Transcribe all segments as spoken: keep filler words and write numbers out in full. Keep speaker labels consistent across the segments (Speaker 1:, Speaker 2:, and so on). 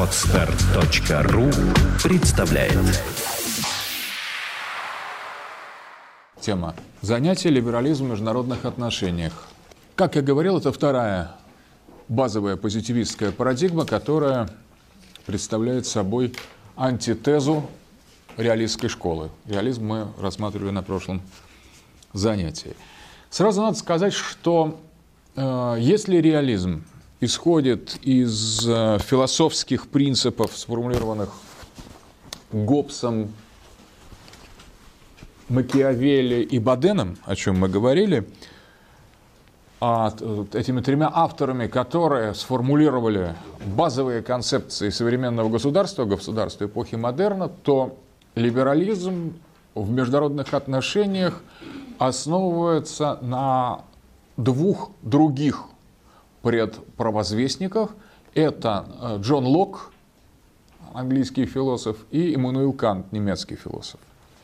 Speaker 1: Подстер точка ру представляет.
Speaker 2: Тема «Занятие либерализм в международных отношениях». Как я говорил, это вторая базовая позитивистская парадигма, которая представляет собой антитезу реалистской школы. Реализм мы рассматривали на прошлом занятии. Сразу надо сказать, что э, если реализм исходит из э, философских принципов, сформулированных Гоббсом, Макиавелли и Боденом, о чем мы говорили, а этими тремя авторами, которые сформулировали базовые концепции современного государства, государства эпохи модерна, то либерализм в международных отношениях основывается на двух других предпровозвестниках. Это Джон Локк, английский философ, и Иммануил Кант, немецкий философ.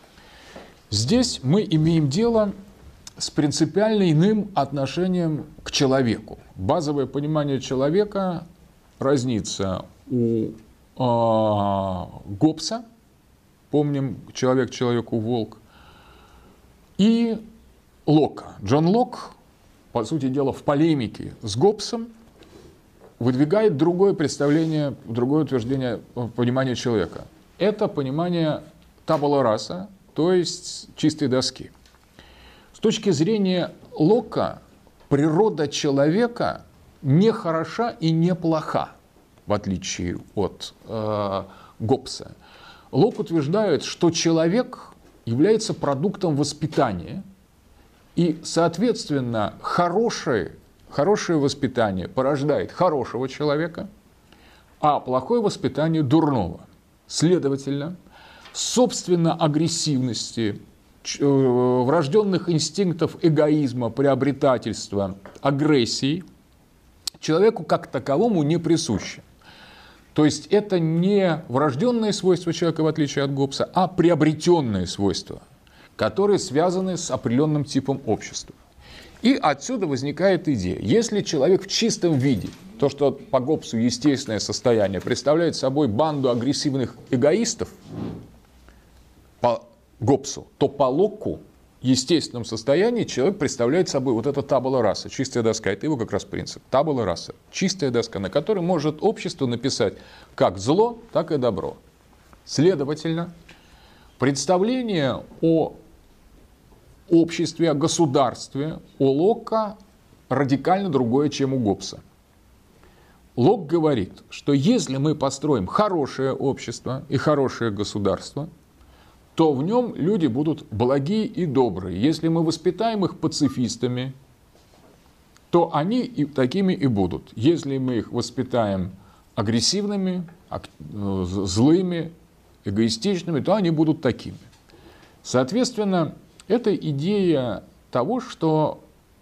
Speaker 2: Здесь мы имеем дело с принципиально иным отношением к человеку. Базовое понимание человека разнится у э, Гоббса, помним, человек человеку волк, и Локка. Джон Локк, по сути дела, в полемике с Гоббсом выдвигает другое представление, другое утверждение понимания человека. Это понимание табула раса, то есть чистой доски. С точки зрения Локка, природа человека не хороша и не плоха, в отличие от э, Гоббса. Локк утверждает, что человек является продуктом воспитания, и, соответственно, хорошее, хорошее воспитание порождает хорошего человека, а плохое воспитание – дурного. Следовательно, собственно агрессивности, врожденных инстинктов эгоизма, приобретательства, агрессии человеку как таковому не присуще. То есть это не врожденные свойства человека, в отличие от Гоббса, а приобретенные свойства, которые связаны с определенным типом общества. И отсюда возникает идея, если человек в чистом виде, то, что по Гоббсу естественное состояние, представляет собой банду агрессивных эгоистов, по Гоббсу, то по Локку в естественном состоянии человек представляет собой вот это табула раса, чистая доска. Это его как раз принцип. Табула раса, чистая доска, на которой может общество написать как зло, так и добро. Следовательно, представление о обществе, о государстве у Локка радикально другое, чем у Гоббса. Локк говорит, что если мы построим хорошее общество и хорошее государство, то в нем люди будут благие и добрые. Если мы воспитаем их пацифистами, то они и такими и будут. Если мы их воспитаем агрессивными, злыми, эгоистичными, то они будут такими. Соответственно, это идея того, что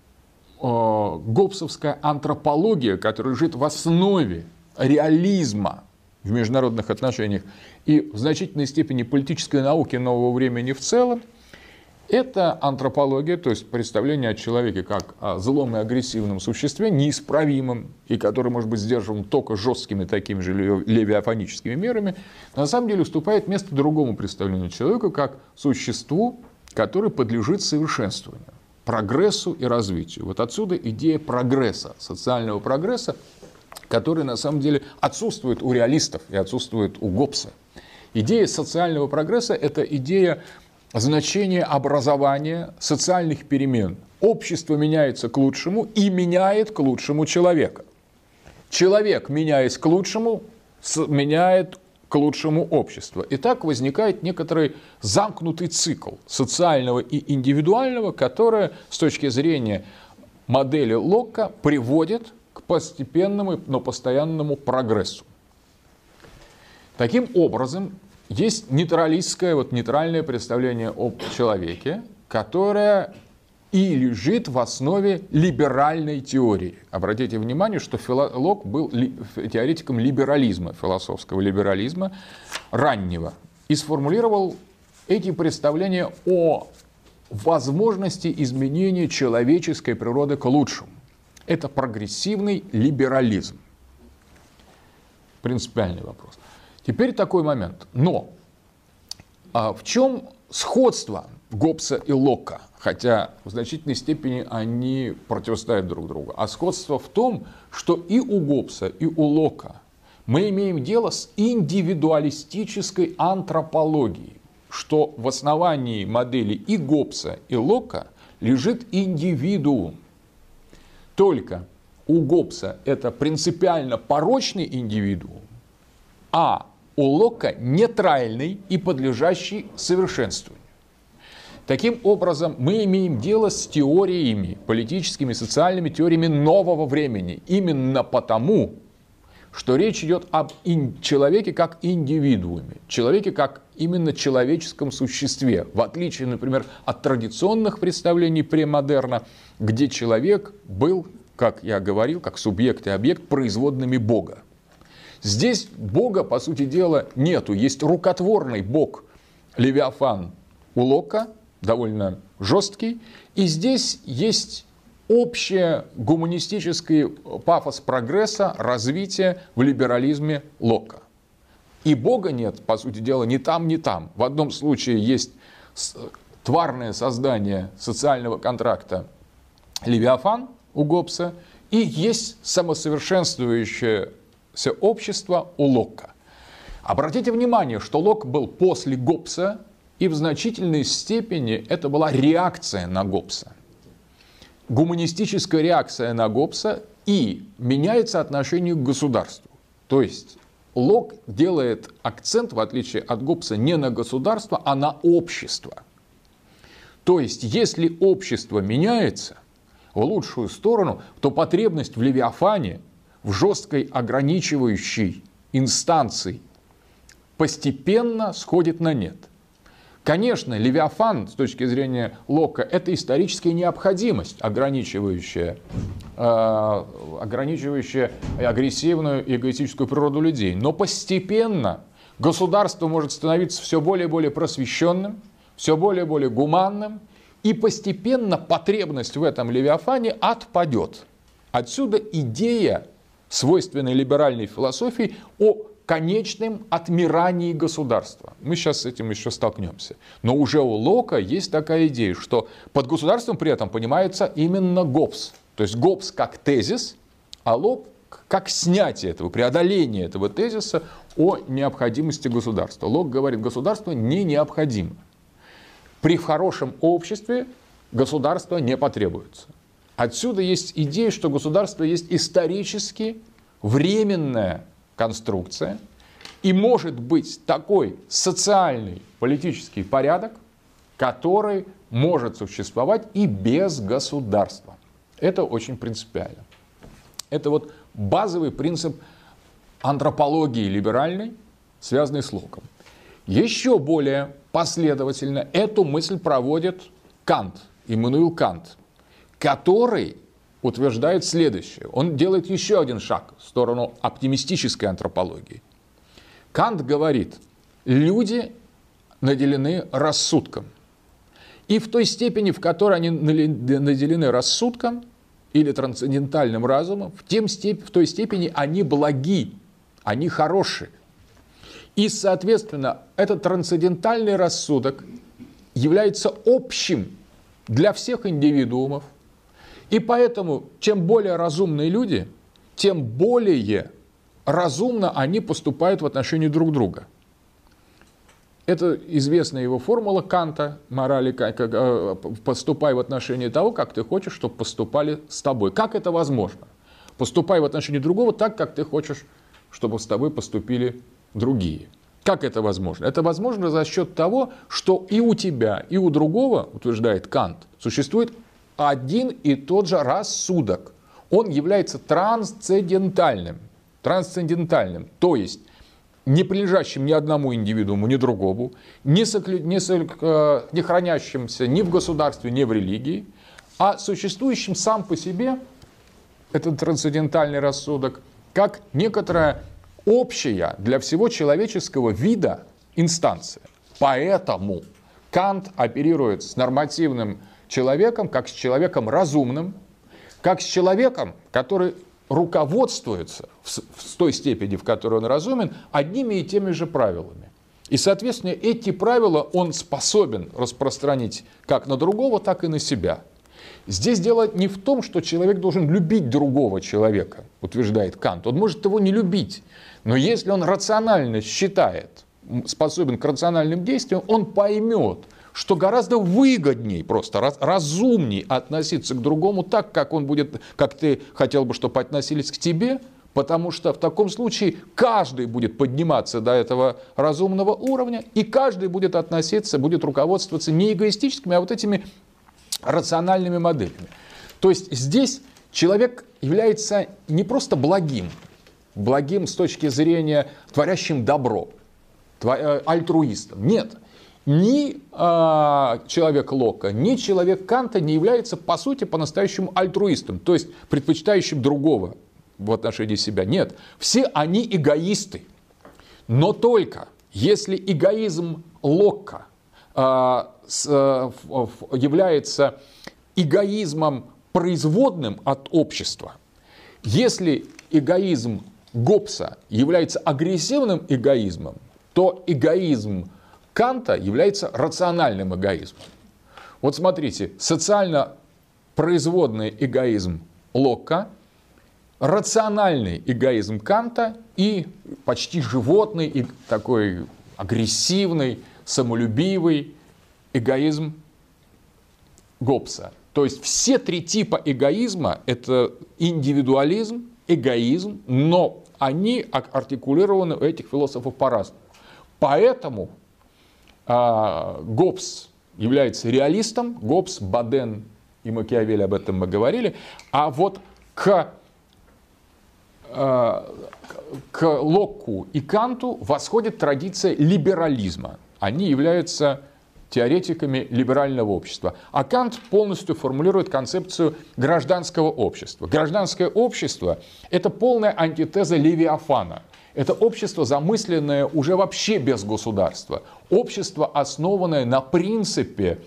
Speaker 2: э, гоббсовская антропология, которая лежит в основе реализма в международных отношениях и в значительной степени политической науки нового времени в целом, это антропология, то есть представление о человеке как о злом и агрессивном существе, неисправимом, и который может быть сдерживаем только жесткими такими же левиафоническими мерами, на самом деле уступает место другому представлению человека как существу, которое подлежит совершенствованию, прогрессу и развитию. Вот отсюда идея прогресса, социального прогресса, который на самом деле отсутствует у реалистов и отсутствует у Гоббса. Идея социального прогресса – это идея значения образования, социальных перемен. Общество меняется к лучшему и меняет к лучшему человека. Человек, меняясь к лучшему, меняет к лучшему общество. И так возникает некоторый замкнутый цикл социального и индивидуального, который с точки зрения модели Локка приводит к постепенному, но постоянному прогрессу. Таким образом, есть нейтралистское, вот нейтральное представление о человеке, которое и лежит в основе либеральной теории. Обратите внимание, что Локк был теоретиком либерализма, философского либерализма раннего, и сформулировал эти представления о возможности изменения человеческой природы к лучшему. Это прогрессивный либерализм. принципиальный вопрос. Теперь такой момент. Но а в чем сходство Гоббса и Локка? Хотя в значительной степени они противостоят друг другу. А сходство в том, что и у Гоббса, и у Локка мы имеем дело с индивидуалистической антропологией, что в основании модели и Гоббса, и Локка лежит индивидуум. Только у Гоббса это принципиально порочный индивидуум, а у Локка нейтральный и подлежащий совершенствованию. Таким образом, мы имеем дело с теориями, политическими, социальными теориями нового времени. Именно потому, что речь идет об ин- человеке как индивидууме, человеке как именно человеческом существе, в отличие, например, от традиционных представлений премодерна, где человек был, как я говорил, как субъект и объект производными Бога. Здесь Бога, по сути дела, нету. Есть рукотворный Бог Левиафан у Локка, довольно жесткий. И здесь есть общий гуманистический пафос прогресса, развития в либерализме Локка. И Бога нет, по сути дела, ни там, ни там. В одном случае есть тварное создание социального контракта Левиафан у Гоббса, и есть самосовершенствующее общество у Локка. Обратите внимание, что Локк был после Гоббса, и в значительной степени это была реакция на Гоббса. Гуманистическая реакция на Гоббса, и меняется отношение к государству. То есть Локк делает акцент, в отличие от Гоббса, не на государство, а на общество. То есть если общество меняется в лучшую сторону, то потребность в Левиафане, в жесткой ограничивающей инстанции, постепенно сходит на нет. Конечно, Левиафан, с точки зрения Локка, это историческая необходимость, ограничивающая, э, ограничивающая агрессивную и эгоистическую природу людей. Но постепенно государство может становиться все более и более просвещенным, все более и более гуманным, и постепенно потребность в этом Левиафане отпадет. Отсюда идея, свойственной либеральной философии, о конечном отмирании государства. Мы сейчас с этим еще столкнемся. Но уже у Локка есть такая идея, что под государством при этом понимается именно Гоббс. То есть Гоббс как тезис, а Локк как снятие этого, преодоление этого тезиса о необходимости государства. Локк говорит, государство не необходимо. При хорошем обществе государство не потребуется. Отсюда есть идея, что государство есть исторически временная конструкция, и может быть такой социальный политический порядок, который может существовать и без государства. Это очень принципиально. Это вот базовый принцип антропологии либеральной, связанный с Локком. Еще более последовательно эту мысль проводит Кант, Иммануил Кант, который утверждает следующее. Он делает еще один шаг в сторону оптимистической антропологии. Кант говорит, люди наделены рассудком. И в той степени, в которой они наделены рассудком или трансцендентальным разумом, в, тем степ... в той степени они благи, они хорошие. И, соответственно, этот трансцендентальный рассудок является общим для всех индивидуумов. И поэтому, чем более разумные люди, тем более разумно они поступают в отношении друг друга. Это известная его формула Канта, морали, поступай в отношении того, как ты хочешь, чтобы поступали с тобой. Как это возможно? Поступай в отношении другого так, как ты хочешь, чтобы с тобой поступили другие. Как это возможно? Это возможно за счет того, что и у тебя, и у другого, утверждает Кант, существует один и тот же рассудок. Он является трансцендентальным. Трансцендентальным, то есть не принадлежащим ни одному индивидууму, ни другому, не, соклю, не, со, не хранящимся ни в государстве, ни в религии, а существующим сам по себе, этот трансцендентальный рассудок, как некоторая общая для всего человеческого вида инстанция. Поэтому Кант оперирует с нормативным человеком, как с человеком разумным, как с человеком, который руководствуется в, в той степени, в которой он разумен, одними и теми же правилами. И, соответственно, эти правила он способен распространить как на другого, так и на себя. Здесь дело не в том, что человек должен любить другого человека, утверждает Кант. Он может его не любить, но если он рационально считает, способен к рациональным действиям, он поймет, что гораздо выгоднее, просто раз, разумнее относиться к другому так, как он будет, как ты хотел бы, чтобы относились к тебе, потому что в таком случае каждый будет подниматься до этого разумного уровня, и каждый будет относиться, будет руководствоваться не эгоистическими, а вот этими рациональными моделями. То есть здесь человек является не просто благим, благим с точки зрения творящим добро, альтруистом. Нет. Ни э, человек Лока, ни человек Канта не является, по сути, по-настоящему альтруистом, то есть предпочитающим другого в отношении себя. Нет. Все они эгоисты. Но только если эгоизм Лока э, с, э, является эгоизмом производным от общества, если эгоизм Гоббса является агрессивным эгоизмом, то эгоизм Канта является рациональным эгоизмом. Вот смотрите, социально производный эгоизм Лока, рациональный эгоизм Канта и почти животный, и такой агрессивный, самолюбивый эгоизм Гоббса. То есть все три типа эгоизма – это индивидуализм, эгоизм, но они артикулированы у этих философов по-разному. Поэтому э, Гоббс является реалистом, Гоббс, Боден и Макиавелли, об этом мы говорили, а вот к, э, к Локку и Канту восходит традиция либерализма. Они являются теоретиками либерального общества. А Кант полностью формулирует концепцию гражданского общества. Гражданское общество – это полная антитеза Левиафана. Это общество, замысленное уже вообще без государства. Общество, основанное на принципе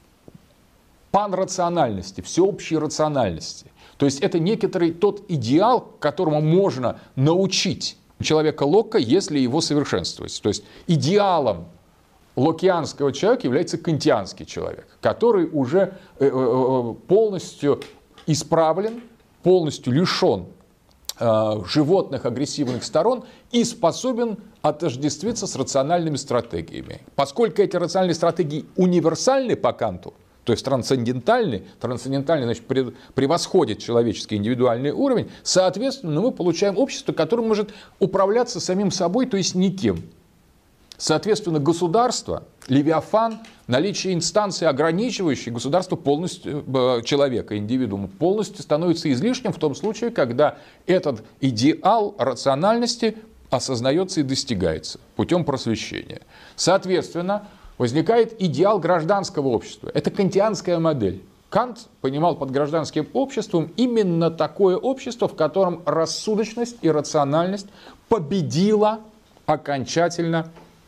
Speaker 2: панрациональности, всеобщей рациональности. То есть это некоторый тот идеал, к которому можно научить человека Локка, если его совершенствовать. То есть идеалом локианского человека является кантианский человек, который уже полностью исправлен, полностью лишен животных агрессивных сторон и способен отождествиться с рациональными стратегиями. Поскольку эти рациональные стратегии универсальны по Канту, то есть трансцендентальны, трансцендентальный, значит, превосходит человеческий индивидуальный уровень, соответственно, мы получаем общество, которое может управляться самим собой, то есть никем. Соответственно, государство, Левиафан, наличие инстанции, ограничивающей государство полностью, человека, индивидуума, полностью становится излишним в том случае, когда этот идеал рациональности осознается и достигается путем просвещения. Соответственно, возникает идеал гражданского общества. Это кантианская модель. Кант понимал под гражданским обществом именно такое общество, в котором рассудочность и рациональность победила окончательно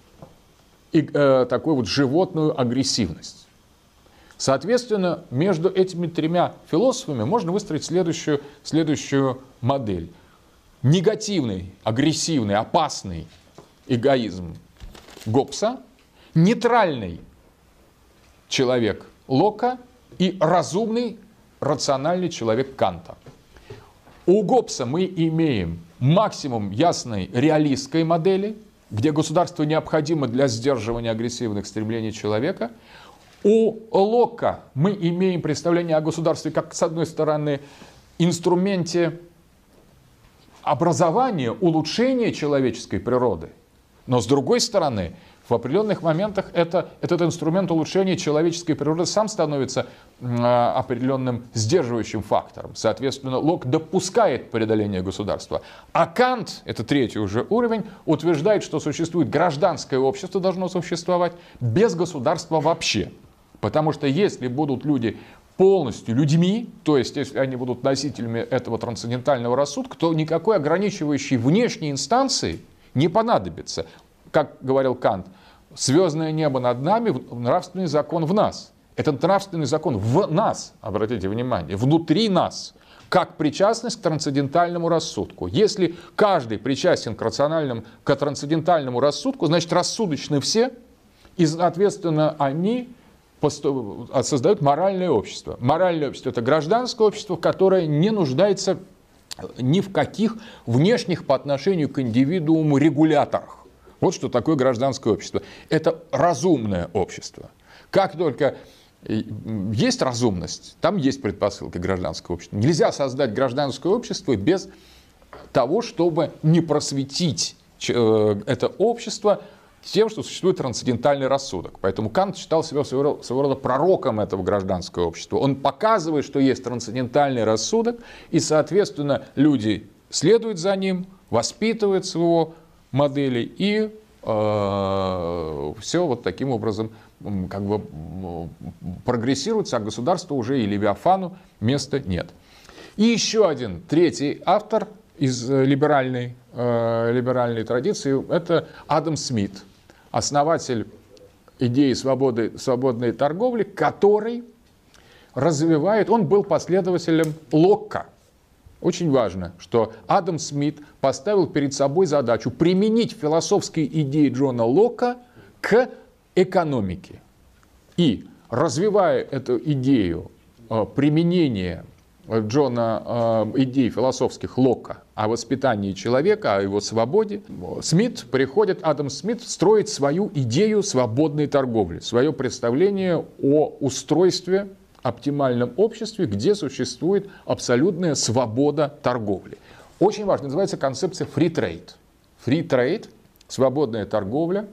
Speaker 2: и э, такую вот животную агрессивность. Соответственно, между этими тремя философами можно выстроить следующую, следующую модель. Негативный, агрессивный, опасный эгоизм Гоббса, нейтральный человек Лока и разумный, рациональный человек Канта. У Гоббса мы имеем максимум ясной реалистской модели, где государство необходимо для сдерживания агрессивных стремлений человека. У Локка мы имеем представление о государстве как, с одной стороны, инструменте образования, улучшения человеческой природы, но с другой стороны, в определенных моментах это, этот инструмент улучшения человеческой природы сам становится э, определенным сдерживающим фактором. Соответственно, Локк допускает преодоление государства. А Кант, это третий уже уровень, утверждает, что существует гражданское общество, должно существовать без государства вообще. Потому что если будут люди полностью людьми, то есть если они будут носителями этого трансцендентального рассудка, то никакой ограничивающей внешней инстанции не понадобится. Как говорил Кант, звездное небо над нами, нравственный закон в нас. Этот нравственный закон в нас, обратите внимание, внутри нас. как причастность к трансцендентальному рассудку. Если каждый причастен к рациональному, к трансцендентальному рассудку, значит, рассудочны все, и, соответственно, они создают моральное общество. Моральное общество – это гражданское общество, которое не нуждается ни в каких внешних по отношению к индивидууму регуляторах. Вот что такое гражданское общество. Это разумное общество. Как только есть разумность, там есть предпосылки гражданского общества. Нельзя создать гражданское общество без того, чтобы не просветить это общество тем, что существует трансцендентальный рассудок. Поэтому Кант считал себя своего рода пророком этого гражданского общества. Он показывает, что есть трансцендентальный рассудок, и, соответственно, люди следуют за ним, воспитывают его модели, и э, все вот таким образом как бы прогрессируется, а государству уже и Левиафану места нет. И еще один, третий автор из либеральной, э, либеральной традиции – это Адам Смит, основатель идеи свободы, свободной торговли, который развивает, он был последователем Локка. Очень важно, что Адам Смит поставил перед собой задачу применить философские идеи Джона Локка к экономике. И, развивая эту идею применения Джона идей философских Локка о воспитании человека, о его свободе, Смит приходит, Адам Смит строит свою идею свободной торговли, свое представление о устройстве, оптимальном обществе, где существует абсолютная свобода торговли. Очень важно, называется концепция free trade. Free trade, свободная торговля,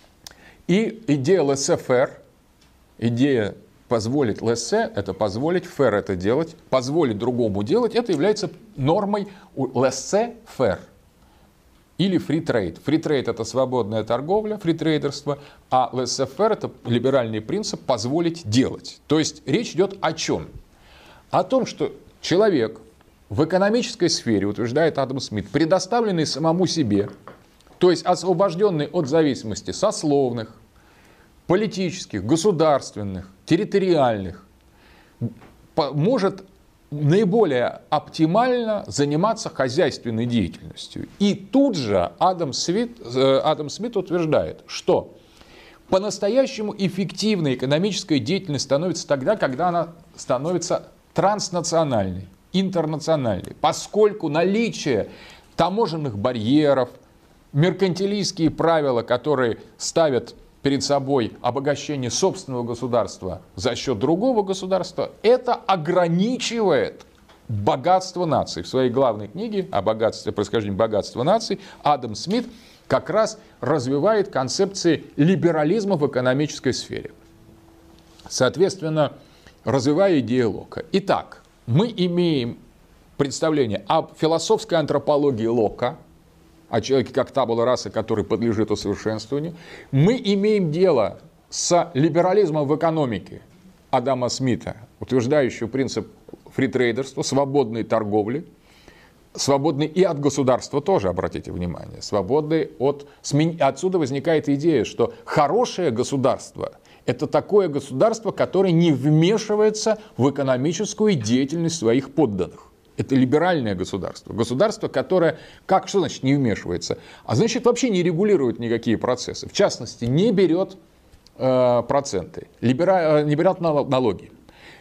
Speaker 2: и идея laissez-faire, идея позволить laissez, это позволить, faire это делать, позволить другому делать, это является нормой laissez-faire или free trade. Free trade это свободная торговля, фритрейдерство, а laissez-faire это либеральный принцип позволить делать. То есть речь идет о чем? О том, что человек в экономической сфере, утверждает Адам Смит, предоставленный самому себе, то есть освобожденный от зависимости сословных, политических, государственных, территориальных, может наиболее оптимально заниматься хозяйственной деятельностью. И тут же Адам Смит, Адам Смит утверждает, что по-настоящему эффективной экономическая деятельность становится тогда, когда она становится транснациональной, интернациональной, поскольку наличие таможенных барьеров, меркантилистские правила, которые ставят перед собой обогащение собственного государства за счет другого государства, это ограничивает богатство наций. В своей главной книге о богатстве, происхождении богатства наций Адам Смит как раз развивает концепции либерализма в экономической сфере. Соответственно, развивая идею Локка. Итак, мы имеем представление о философской антропологии Локка, о человеке как табула расы, который подлежит усовершенствованию. Мы имеем дело с либерализмом в экономике Адама Смита, утверждающего принцип фритрейдерства, свободной торговли, свободный и от государства тоже, обратите внимание, свободный от... Отсюда возникает идея, что хорошее государство – это такое государство, которое не вмешивается в экономическую деятельность своих подданных. Это либеральное государство. Государство, которое, как, что значит не вмешивается? А значит, вообще не регулирует никакие процессы. В частности, не берет э, проценты, либера, не берет налоги.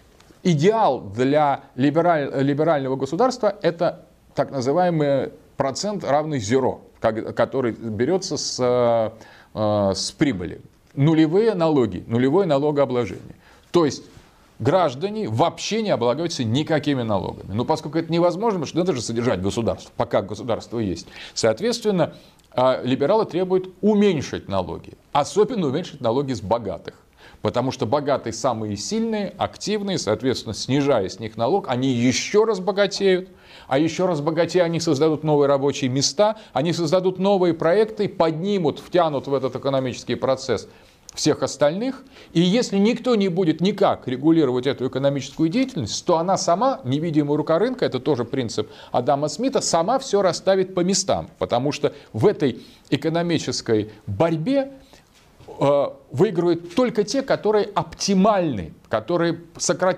Speaker 2: Идеал для либераль, либерального государства – это так называемый процент, равный зеро, который берется с, э, с прибыли. Нулевые налоги, нулевое налогообложение. То есть граждане вообще не облагаются никакими налогами. Но поскольку это невозможно, потому что надо же содержать государство, пока государство есть. Соответственно, либералы требуют уменьшить налоги. Особенно уменьшить налоги с богатых. Потому что богатые самые сильные, активные, соответственно, снижая с них налог, они еще раз богатеют. А еще раз богатея, они создадут новые рабочие места, они создадут новые проекты, поднимут, втянут в этот экономический процесс всех остальных. И если никто не будет никак регулировать эту экономическую деятельность, то она сама, невидимая рука рынка, это тоже принцип Адама Смита, сама все расставит по местам. Потому что в этой экономической борьбе э, выигрывают только те, которые оптимальны, которые сократят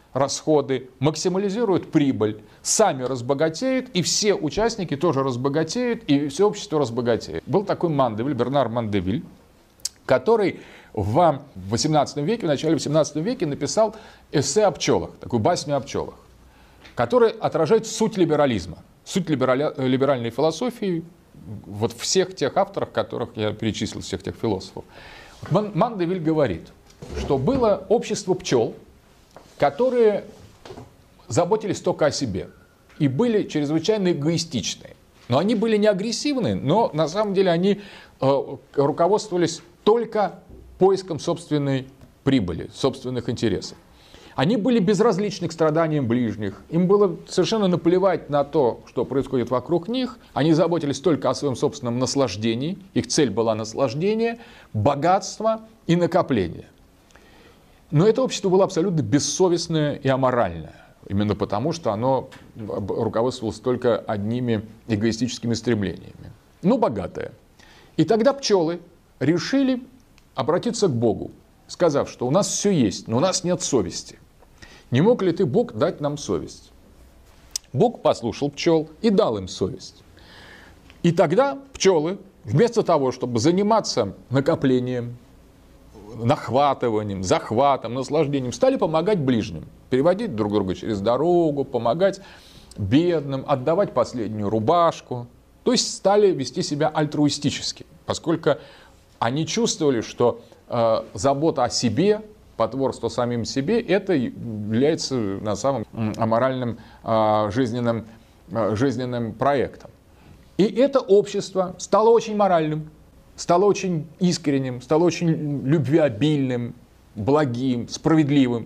Speaker 2: расходы, максимализируют прибыль, сами разбогатеют, и все участники тоже разбогатеют, и все общество разбогатеет. Был такой Мандевиль, Бернар Мандевиль, который в восемнадцатом веке, в начале восемнадцатого века написал эссе о пчелах, такую басню о пчелах, которая отражает суть либерализма, суть либерали, либеральной философии вот всех тех авторов, которых я перечислил, всех тех философов. Мандевиль говорит, что было общество пчел, которые заботились только о себе и были чрезвычайно эгоистичны. Но они были не агрессивны, но на самом деле они э, руководствовались только поиском собственной прибыли, собственных интересов. Они были безразличны к страданиям ближних, им было совершенно наплевать на то, что происходит вокруг них, они заботились только о своем собственном наслаждении, их цель была наслаждение, богатство и накопление. Но это общество было абсолютно бессовестное и аморальное, именно потому, что оно руководствовалось только одними эгоистическими стремлениями. Ну, богатое. И тогда пчелы решили обратиться к Богу, сказав, что у нас все есть, но у нас нет совести. Не мог ли ты, Бог, дать нам совесть? Бог послушал пчел и дал им совесть. И тогда пчелы, вместо того, чтобы заниматься накоплением, нахватыванием, захватом, наслаждением, стали помогать ближним, переводить друг друга через дорогу, помогать бедным, отдавать последнюю рубашку. То есть стали вести себя альтруистически, поскольку они чувствовали, что э, забота о себе, потворство самим себе, это является на самом аморальным э, жизненным, э, жизненным проектом. И это общество стало очень моральным, стало очень искренним, стало очень любвеобильным, благим, справедливым.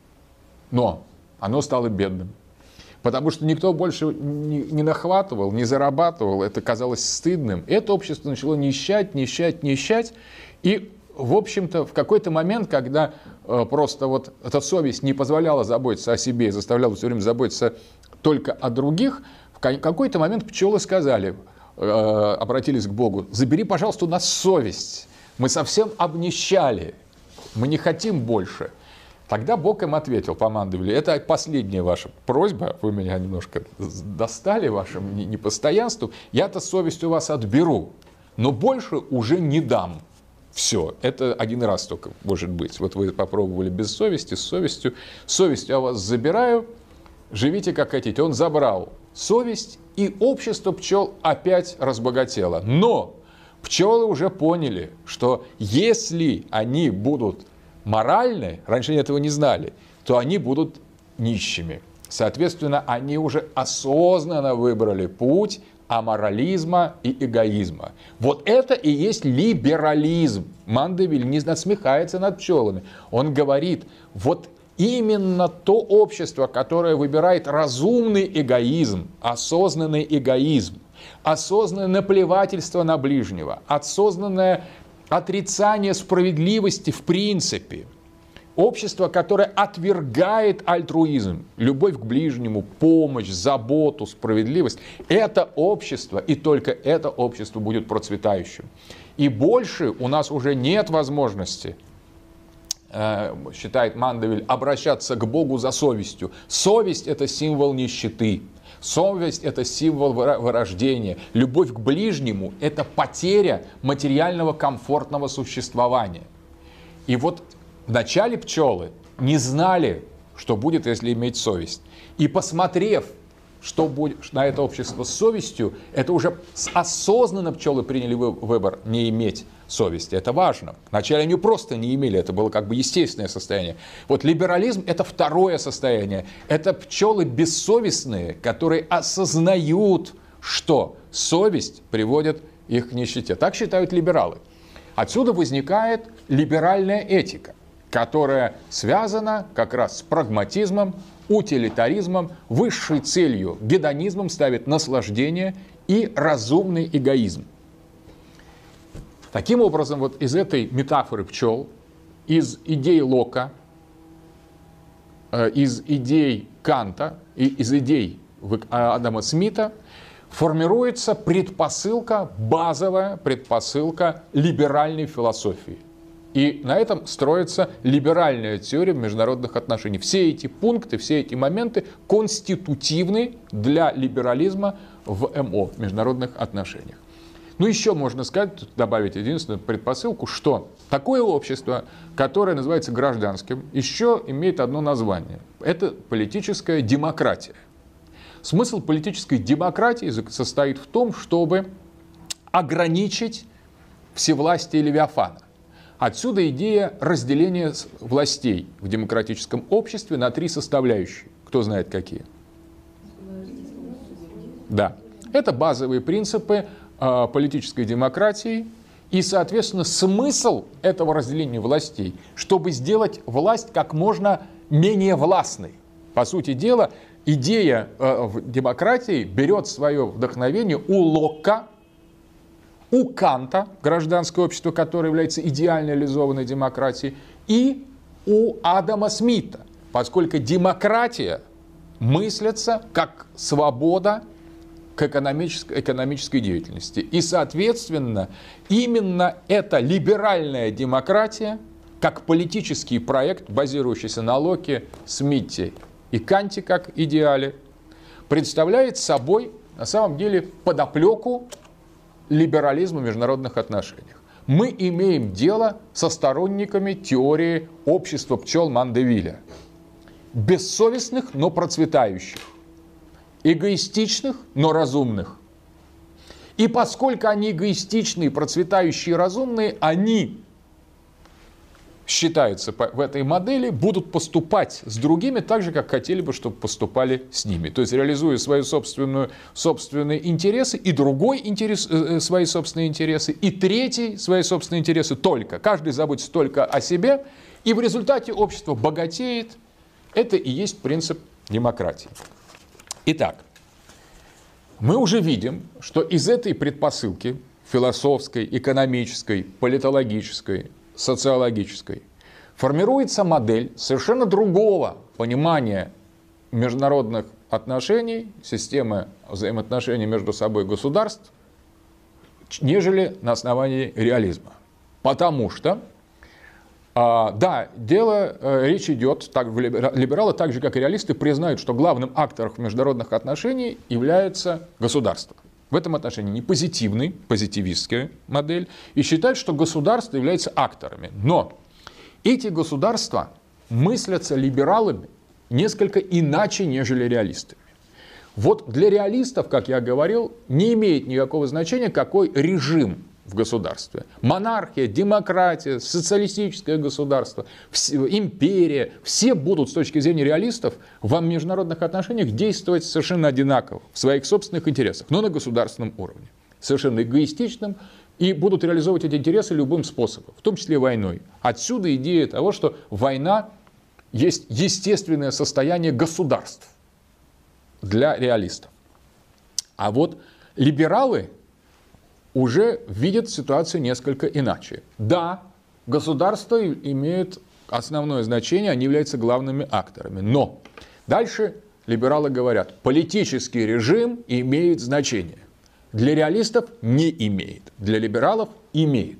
Speaker 2: Но оно стало бедным. Потому что никто больше не, не нахватывал, не зарабатывал, это казалось стыдным. Это общество начало нищать, нищать, нищать. И, в общем-то, в какой-то момент, когда э, просто вот эта совесть не позволяла заботиться о себе и заставляла все время заботиться только о других, в какой-то момент пчелы сказали, э, обратились к Богу: забери, пожалуйста, у нас совесть, мы совсем обнищали, мы не хотим больше. Тогда Бог им ответил по Мандевилю: это последняя ваша просьба, вы меня немножко достали вашим непостоянством, я-то совесть у вас отберу, но больше уже не дам. Все, это один раз только может быть. Вот вы попробовали без совести, с совестью, совестью я вас забираю, живите как хотите. Он забрал совесть, и общество пчел опять разбогатело. Но пчелы уже поняли, что если они будут моральны, раньше они этого не знали, то они будут нищими. Соответственно, они уже осознанно выбрали путь аморализма и эгоизма. Вот это и есть либерализм. Мандевиль не насмехается над пчелами. Он говорит, вот именно то общество, которое выбирает разумный эгоизм, осознанный эгоизм, осознанное наплевательство на ближнего, осознанное отрицание справедливости в принципе. Общество, которое отвергает альтруизм, любовь к ближнему, помощь, заботу, справедливость. Это общество, и только это общество будет процветающим. И больше у нас уже нет возможности, э, считает Мандевиль, обращаться к Богу за совестью. Совесть – это символ нищеты. Совесть – это символ вырождения. Любовь к ближнему – это потеря материального комфортного существования. И вот вначале пчелы не знали, что будет, если иметь совесть. И посмотрев, что будет на это общество с совестью, это уже осознанно пчелы приняли выбор не иметь совести. Это важно. Вначале они просто не имели, это было как бы естественное состояние. Вот либерализм – это второе состояние. Это пчелы бессовестные, которые осознают, что совесть приводит их к нищете. Так считают либералы. Отсюда возникает либеральная этика, которая связана как раз с прагматизмом, утилитаризмом, высшей целью гедонизмом ставит наслаждение и разумный эгоизм. Таким образом, вот из этой метафоры пчел, из идей Лока, из идей Канта и из идей Адама Смита формируется предпосылка, базовая предпосылка либеральной философии. И на этом строится либеральная теория международных отношений. Все эти пункты, все эти моменты конститутивны для либерализма в МО, в международных отношениях. Ну, еще можно сказать, добавить единственную предпосылку, что такое общество, которое называется гражданским, еще имеет одно название. Это политическая демократия. Смысл политической демократии состоит в том, чтобы ограничить всевластие Левиафана. Отсюда идея разделения властей в демократическом обществе на три составляющие. Кто знает, какие? Да. Это базовые принципы э, политической демократии. И, соответственно, смысл этого разделения властей, чтобы сделать власть как можно менее властной. По сути дела, идея э, в демократии берет свое вдохновение у Локка, у Канта, гражданское общество, которое является идеально реализованной демократией, и у Адама Смита, поскольку демократия мыслится как свобода к экономической, экономической деятельности. И, соответственно, именно эта либеральная демократия, как политический проект, базирующийся на Локке, Смите и Канте как идеале, представляет собой, на самом деле, подоплеку либерализма в международных отношениях. Мы имеем дело со сторонниками теории общества пчел Мандевиля. Бессовестных, но процветающих. Эгоистичных, но разумных. И поскольку они эгоистичные, процветающие и разумные, они, считается в этой модели, будут поступать с другими так же, как хотели бы, чтобы поступали с ними. То есть реализуя свои собственную, собственные интересы, и другой интерес, э, свои собственные интересы, и третий свои собственные интересы только. Каждый заботится только о себе, и в результате общество богатеет. Это и есть принцип демократии. Итак, мы уже видим, что из этой предпосылки философской, экономической, политологической, социологической, формируется модель совершенно другого понимания международных отношений, системы взаимоотношений между собой государств, нежели на основании реализма. Потому что, а, да, дело, а, речь идет, так, либералы, так же как и реалисты, признают, что главным актором международных отношений является государство. В этом отношении не позитивный, позитивистская модель, и считают, что государство является акторами. Но эти государства мыслятся либералами несколько иначе, нежели реалистами. Вот для реалистов, как я говорил, не имеет никакого значения, какой режим в государстве. Монархия, демократия, социалистическое государство, империя. Все будут с точки зрения реалистов в международных отношениях действовать совершенно одинаково в своих собственных интересах, но на государственном уровне. Совершенно эгоистичным. И будут реализовывать эти интересы любым способом, в том числе войной. Отсюда идея того, что война есть естественное состояние государств для реалистов. А вот либералы уже видят ситуацию несколько иначе. Да, государства имеют основное значение, они являются главными акторами. Но дальше либералы говорят, политический режим имеет значение. Для реалистов не имеет, для либералов имеет.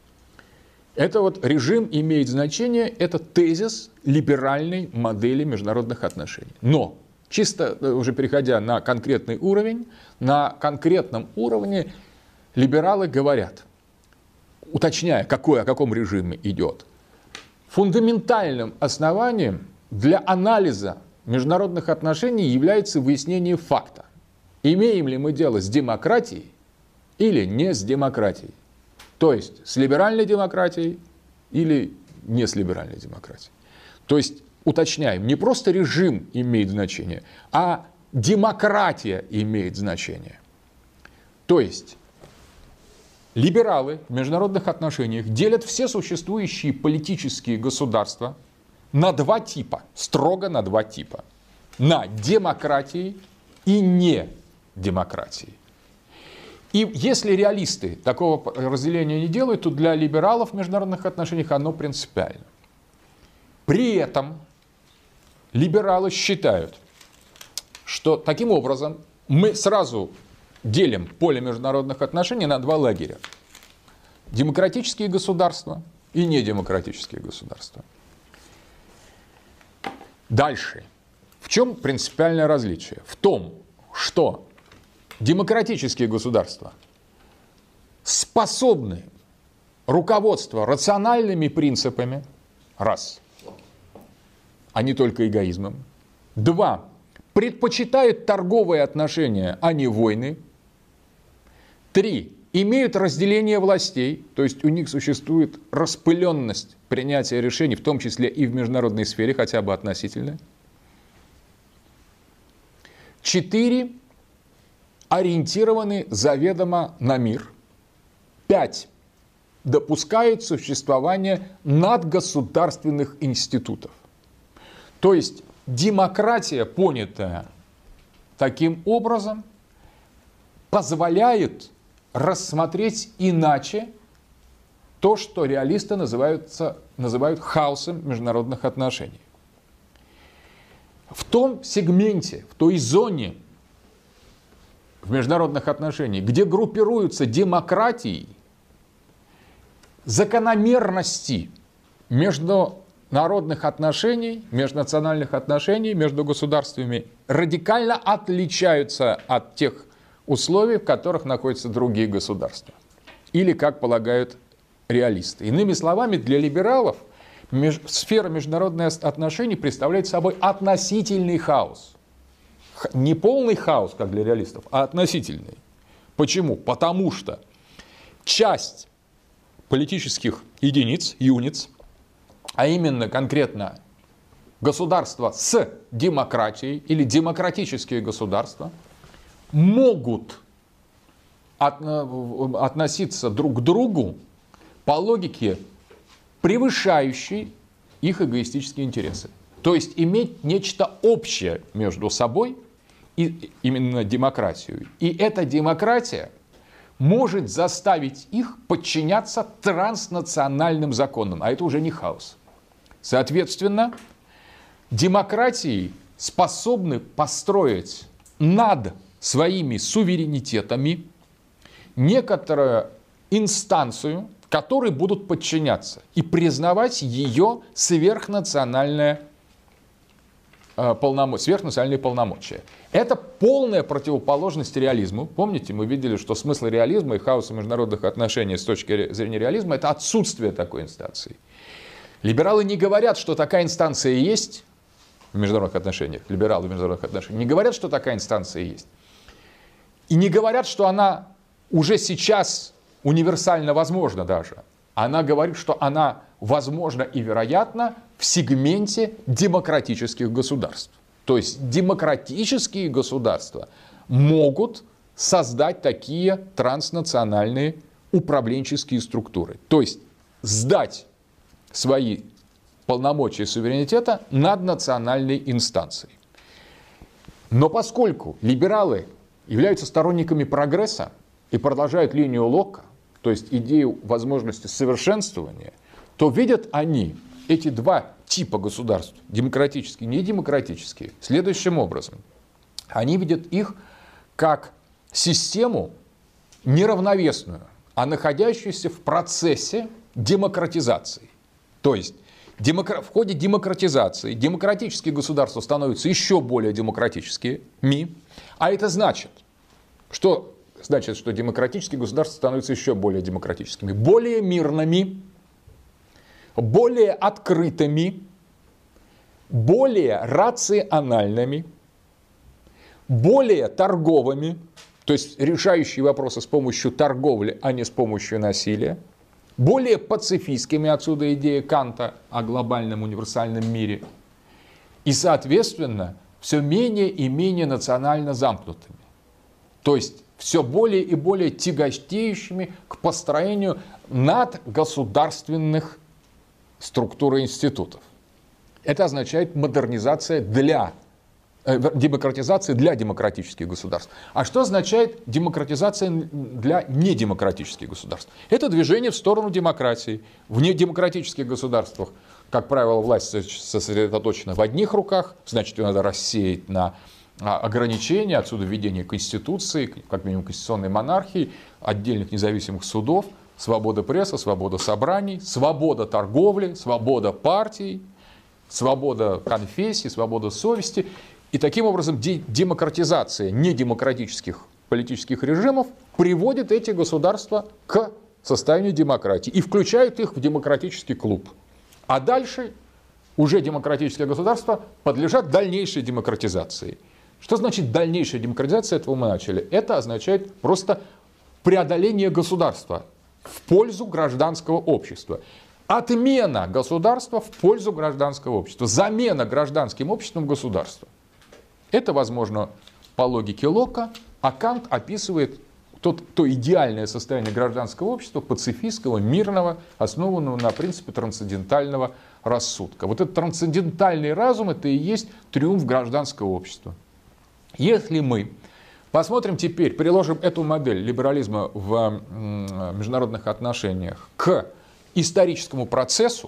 Speaker 2: Это вот режим имеет значение, это тезис либеральной модели международных отношений. Но, чисто уже переходя на конкретный уровень, на конкретном уровне либералы говорят, уточняя, какой, о каком режиме идет, фундаментальным основанием для анализа международных отношений является выяснение факта. Имеем ли мы дело с демократией или не с демократией? То есть с либеральной демократией или не с либеральной демократией? То есть, уточняем, не просто режим имеет значение, а демократия имеет значение. То есть либералы в международных отношениях делят все существующие политические государства на два типа, строго на два типа. На демократии и не демократии. И если реалисты такого разделения не делают, то для либералов в международных отношениях оно принципиально. При этом либералы считают, что таким образом мы сразу делим поле международных отношений на два лагеря. Демократические государства и недемократические государства. Дальше. В чем принципиальное различие? В том, что демократические государства способны руководство рациональными принципами, раз, а не только эгоизмом, два, предпочитают торговые отношения, а не войны, три, имеют разделение властей, то есть у них существует распыленность принятия решений, в том числе и в международной сфере, хотя бы относительно. Четыре, ориентированы заведомо на мир. Пять, допускают существование надгосударственных институтов. То есть демократия, понятая таким образом, позволяет рассмотреть иначе то, что реалисты называются, называют хаосом международных отношений. В том сегменте, в той зоне в международных отношениях, где группируются демократии, закономерности международных отношений, межнациональных отношений между государствами радикально отличаются от тех условий, в которых находятся другие государства. Или, как полагают реалисты. Иными словами, для либералов меж... сфера международных отношений представляет собой относительный хаос. Не полный хаос, как для реалистов, а относительный. Почему? Потому что часть политических единиц, юниц, а именно конкретно государства с демократией или демократические государства, могут от, относиться друг к другу по логике, превышающей их эгоистические интересы. То есть иметь нечто общее между собой, и именно демократию. И эта демократия может заставить их подчиняться транснациональным законам, а это уже не хаос. Соответственно, демократии способны построить над своими суверенитетами некоторую инстанцию, которой будут подчиняться и признавать ее сверхнациональное полномочия, сверхнациональные полномочия. Это полная противоположность реализму. Помните, мы видели, что смысл реализма и хаоса международных отношений с точки зрения реализма – это отсутствие такой инстанции. Либералы не говорят, что такая инстанция есть в международных отношениях. Либералы в международных отношениях не говорят, что такая инстанция есть. И не говорят, что она уже сейчас универсально возможна даже. Она говорит, что она возможна и вероятна в сегменте демократических государств. То есть демократические государства могут создать такие транснациональные управленческие структуры. То есть сдать свои полномочия суверенитета над национальной инстанцией. Но поскольку либералы являются сторонниками прогресса и продолжают линию Локка, то есть идею возможности совершенствования, то видят они эти два типа государств, демократические и недемократические, следующим образом. Они видят их как систему неравновесную, а находящуюся в процессе демократизации. То есть демокра... в ходе демократизации демократические государства становятся еще более демократическими, а это значит, что значит, что демократические государства становятся еще более демократическими, более мирными, более открытыми, более рациональными, более торговыми, то есть решающие вопросы с помощью торговли, а не с помощью насилия, более пацифистскими, отсюда идея Канта о глобальном универсальном мире, и, соответственно, все менее и менее национально замкнутыми. То есть все более и более тяготеющими к построению надгосударственных структур и институтов. Это означает модернизация для, э, демократизация для демократических государств. А что означает демократизация для недемократических государств? Это движение в сторону демократии. В недемократических государствах, как правило, власть сосредоточена в одних руках, значит, ее надо рассеять на ограничения, отсюда введение конституции, как минимум конституционной монархии, отдельных независимых судов, свобода прессы, свобода собраний, свобода торговли, свобода партий, свобода конфессий, свобода совести. И таким образом демократизация недемократических политических режимов приводит эти государства к состоянию демократии и включает их в демократический клуб. А дальше уже демократические государства подлежат дальнейшей демократизации. Что значит дальнейшая демократизация? Этого мы начали. Это означает просто преодоление государства в пользу гражданского общества. Отмена государства в пользу гражданского общества. Замена гражданским обществом государства. Это возможно по логике Лока, а Кант описывает тот, то идеальное состояние гражданского общества, пацифистского, мирного, основанного на принципе трансцендентального рассудка. Вот этот трансцендентальный разум — это и есть триумф гражданского общества. Если мы посмотрим теперь, приложим эту модель либерализма в международных отношениях к историческому процессу,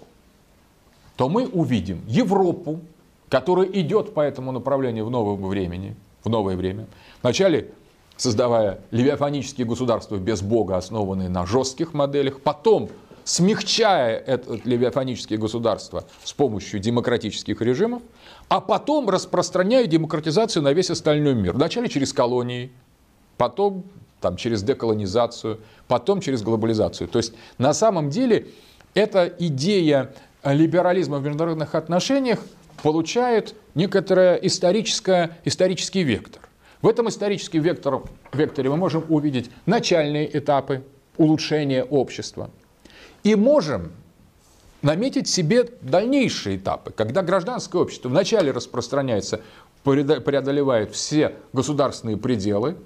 Speaker 2: то мы увидим Европу, которая идет по этому направлению в новом времени, в новое время. Вначале создавая левиафанические государства без Бога, основанные на жестких моделях, потом смягчая это левиафанические государства с помощью демократических режимов, а потом распространяя демократизацию на весь остальной мир. Вначале через колонии, потом там, через деколонизацию, потом через глобализацию. То есть на самом деле эта идея либерализма в международных отношениях получает некоторый исторический вектор. В этом историческом вектор, векторе мы можем увидеть начальные этапы улучшения общества. И можем наметить себе дальнейшие этапы, когда гражданское общество вначале распространяется, преодолевает все государственные пределы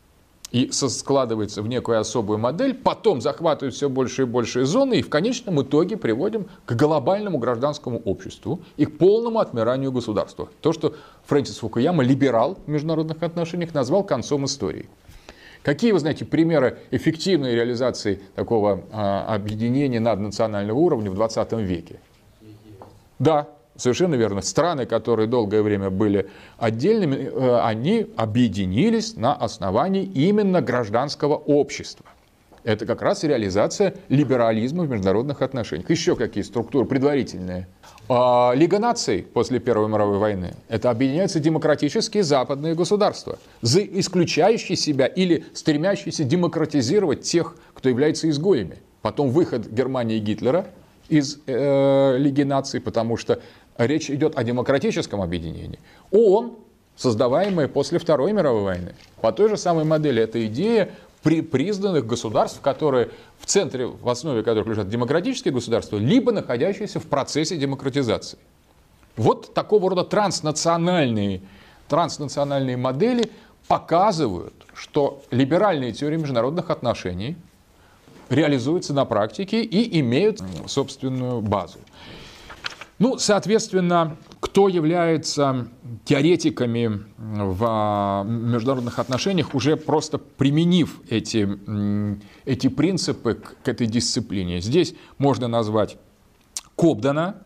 Speaker 2: и складывается в некую особую модель, потом захватывает все больше и больше зоны, и в конечном итоге приводим к глобальному гражданскому обществу и к полному отмиранию государства. То, что Фрэнсис Фукуяма, либерал в международных отношениях, назвал концом истории. Какие, вы знаете, примеры эффективной реализации такого а, объединения наднационального уровня в двадцатом веке? Да, совершенно верно. Страны, которые долгое время были отдельными, они объединились на основании именно гражданского общества. Это как раз реализация либерализма в международных отношениях. Еще какие структуры предварительные? Лига наций после Первой мировой войны – это объединяются демократические западные государства, исключающие себя или стремящиеся демократизировать тех, кто является изгоями. Потом выход Германии и Гитлера из э, Лиги наций, потому что речь идет о демократическом объединении. ООН, создаваемая после Второй мировой войны, по той же самой модели, это идея при признанных государств, которые в центре, в основе которых лежат демократические государства, либо находящиеся в процессе демократизации. Вот такого рода транснациональные, транснациональные модели показывают, что либеральные теории международных отношений реализуются на практике и имеют собственную базу. Ну, соответственно, кто является теоретиками в международных отношениях, уже просто применив эти, эти принципы к этой дисциплине. Здесь можно назвать Кобдена,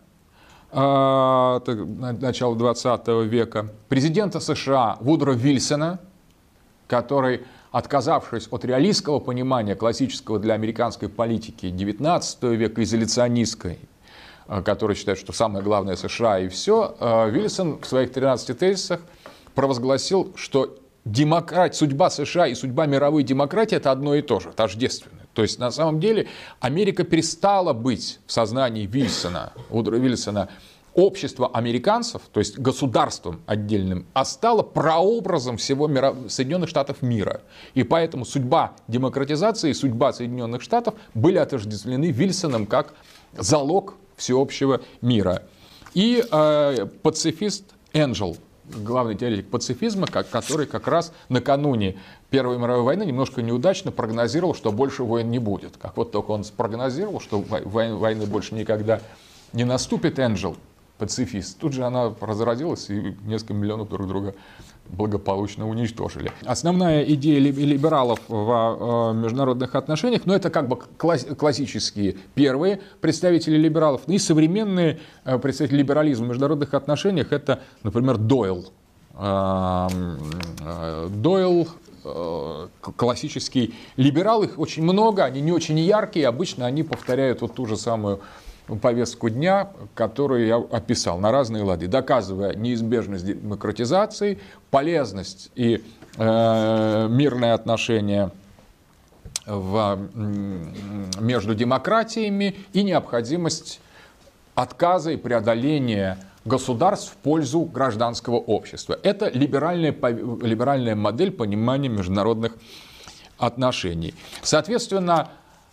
Speaker 2: начала двадцатого века, президента США Вудро Вильсона, который, отказавшись от реалистского понимания классического для американской политики девятнадцатого века, изоляционистской, который считает, что самое главное США и все, Вильсон в своих тринадцати тезисах провозгласил, что демократ, судьба США и судьба мировой демократии – это одно и то же, тождественное. То есть, на самом деле, Америка перестала быть в сознании Вильсона, Вудро Вильсона, общество американцев, то есть государством отдельным, а стало прообразом всего мира, Соединенных Штатов мира. И поэтому судьба демократизации и судьба Соединенных Штатов были отождествлены Вильсоном как залог всеобщего мира. И э, пацифист Энджел, главный теоретик пацифизма, который как раз накануне Первой мировой войны немножко неудачно прогнозировал, что больше войн не будет. Как вот только он спрогнозировал, что войны больше никогда не наступит, Энджел, пацифист, тут же она разразилась, и несколько миллионов друг друга благополучно уничтожили. Основная идея либералов в международных отношениях, ну, это как бы классические первые представители либералов, и современные представители либерализма в международных отношениях, это, например, Дойл. Дойл э, классический либерал. Их очень много, они не очень яркие, обычно они повторяют вот ту же самую повестку дня, которую я описал, на разные лады, доказывая неизбежность демократизации, полезность и э, мирные отношения в, между демократиями и необходимость отказа и преодоления государств в пользу гражданского общества. Это либеральная, либеральная модель понимания международных отношений. Соответственно,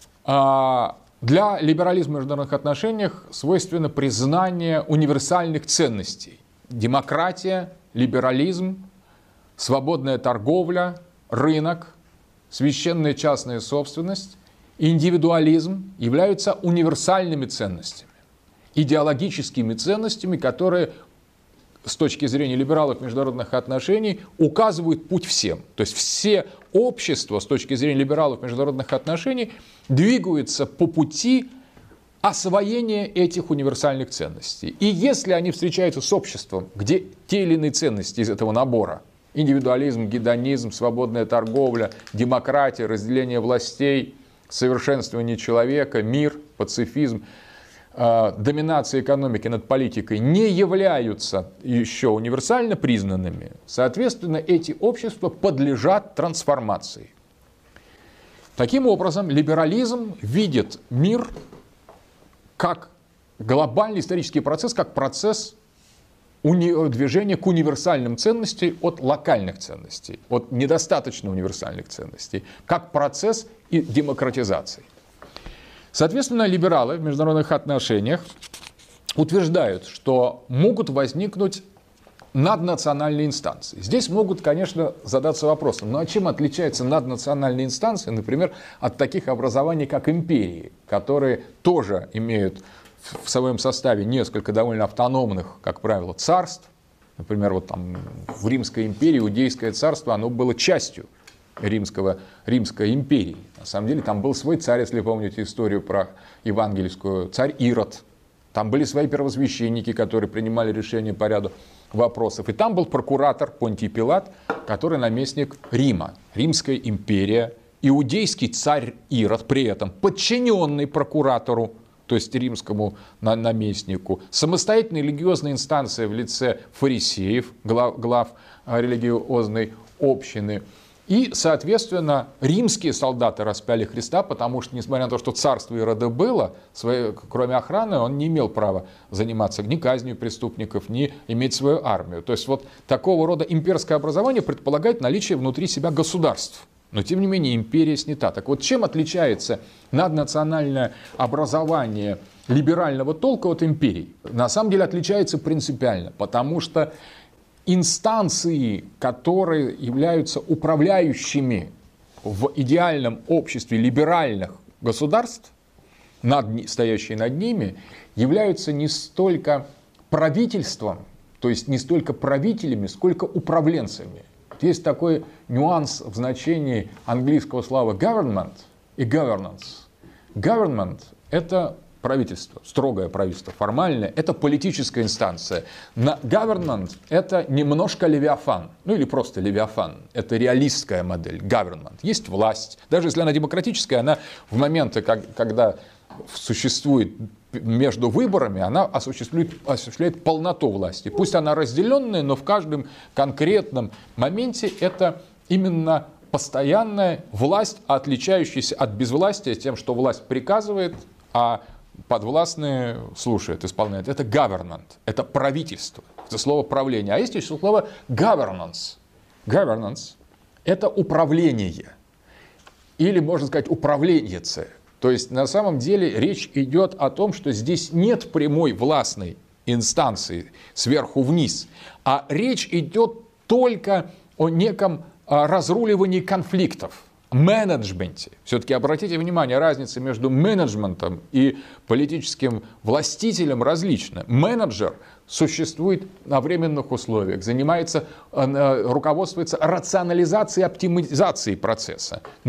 Speaker 2: для либерализма в международных отношениях свойственно признание универсальных ценностей. Демократия, либерализм, свободная торговля, рынок, священная частная собственность, индивидуализм являются универсальными ценностями, идеологическими ценностями, которые с точки зрения либералов международных отношений указывают путь всем. То есть все общества с точки зрения либералов международных отношений двигаются по пути освоения этих универсальных ценностей. И если они встречаются с обществом, где те или иные ценности из этого набора, индивидуализм, гедонизм, свободная торговля, демократия, разделение властей, совершенствование человека, мир, пацифизм, доминация экономики над политикой не являются еще универсально признанными, соответственно, эти общества подлежат трансформации. Таким образом, либерализм видит мир как глобальный исторический процесс, как процесс движения к универсальным ценностям от локальных ценностей, от недостаточно универсальных ценностей, как процесс и демократизации. Соответственно, либералы в международных отношениях утверждают, что могут возникнуть наднациональные инстанции. Здесь могут, конечно, задаться вопросом, ну а чем отличаются наднациональные инстанции, например, от таких образований, как империи, которые тоже имеют в своем составе несколько довольно автономных, как правило, царств. Например, вот там в Римской империи Иудейское царство, оно было частью Римского, Римской империи. На самом деле там был свой царь, если помните историю про евангельскую, царь Ирод. Там были свои первосвященники, которые принимали решения по ряду вопросов. И там был прокуратор Понтий Пилат, который наместник Рима. Римская империя, иудейский царь Ирод, при этом подчиненный прокуратору, то есть римскому наместнику, самостоятельная религиозная инстанция в лице фарисеев, глав, глав религиозной общины. И, соответственно, римские солдаты распяли Христа, потому что, несмотря на то, что царство Ирода было, своей, кроме охраны, он не имел права заниматься ни казнью преступников, ни иметь свою армию. То есть вот такого рода имперское образование предполагает наличие внутри себя государств. Но, тем не менее, империя снята. Так вот, чем отличается наднациональное образование либерального толка от империй? На самом деле отличается принципиально, потому что инстанции, которые являются управляющими в идеальном обществе либеральных государств, над, стоящие над ними, являются не столько правительством, то есть не столько правителями, сколько управленцами. Есть такой нюанс в значении английского слова government и governance. Government – это правительство, строгое правительство, формальное, это политическая инстанция. На government – это немножко левиафан, ну или просто левиафан. Это реалистская модель, government. Есть власть. Даже если она демократическая, она в моменты, как, когда существует между выборами, она осуществляет, осуществляет полноту власти. Пусть она разделенная, но в каждом конкретном моменте это именно постоянная власть, отличающаяся от безвластия тем, что власть приказывает, а подвластные слушают, исполняют. Это government, это правительство, это слово правление. А есть еще слово governance. Governance – это управление, или, можно сказать, управленец. То есть, на самом деле, речь идет о том, что здесь нет прямой властной инстанции сверху вниз, а речь идет только о неком разруливании конфликтов, менеджменте. Все-таки обратите внимание, разница между менеджментом и политическим властителем различна. Менеджер существует на временных условиях, занимается, руководствуется рационализацией, оптимизацией процесса. Но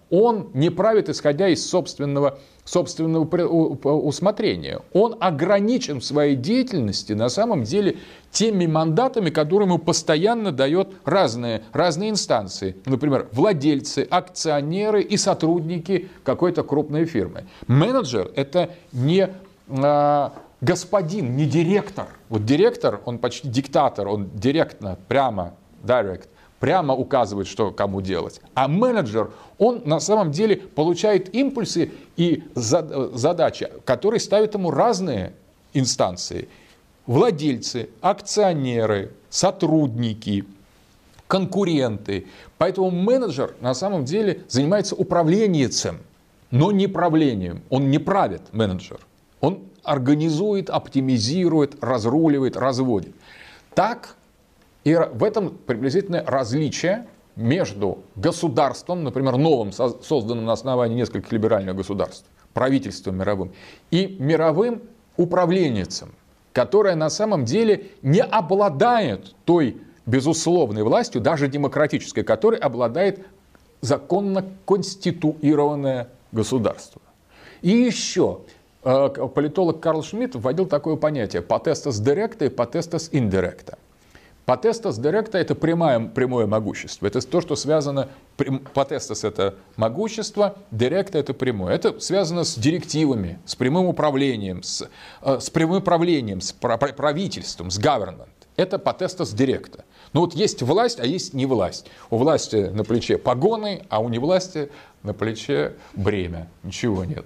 Speaker 2: он не правит, исходя из собственного, собственного усмотрения. Он ограничен в своей деятельности, на самом деле, теми мандатами, которые ему постоянно дают разные, разные инстанции. Например, владельцы, акционеры и сотрудники какой-то крупной фирмы. Менеджер – это не а, господин, не директор. Вот директор, он почти диктатор, он директно, прямо, direct, прямо указывает, что кому делать. А менеджер, он на самом деле получает импульсы и задачи, которые ставят ему разные инстанции. Владельцы, акционеры, сотрудники, конкуренты. Поэтому менеджер на самом деле занимается управленцем, но не правлением. Он не правит, менеджер. Он организует, оптимизирует, разруливает, разводит. Так, и в этом приблизительное различие между государством, например, новым, созданным на основании нескольких либеральных государств, правительством мировым, и мировым управленцем, которое на самом деле не обладает той безусловной властью, даже демократической, которой обладает законно конституированное государство. И еще политолог Карл Шмидт вводил такое понятие potestas directa и potestas indirecta. Potestas directa – это прямое, прямое могущество. Это то, что связано... Potestas – это могущество, directa – это прямое. Это связано с директивами, с прямым управлением, с, с прямым правлением, с правительством, с government. Это potestas directa. Но вот есть власть, а есть невласть. У власти на плече погоны, а у невласти на плече бремя. Ничего нет.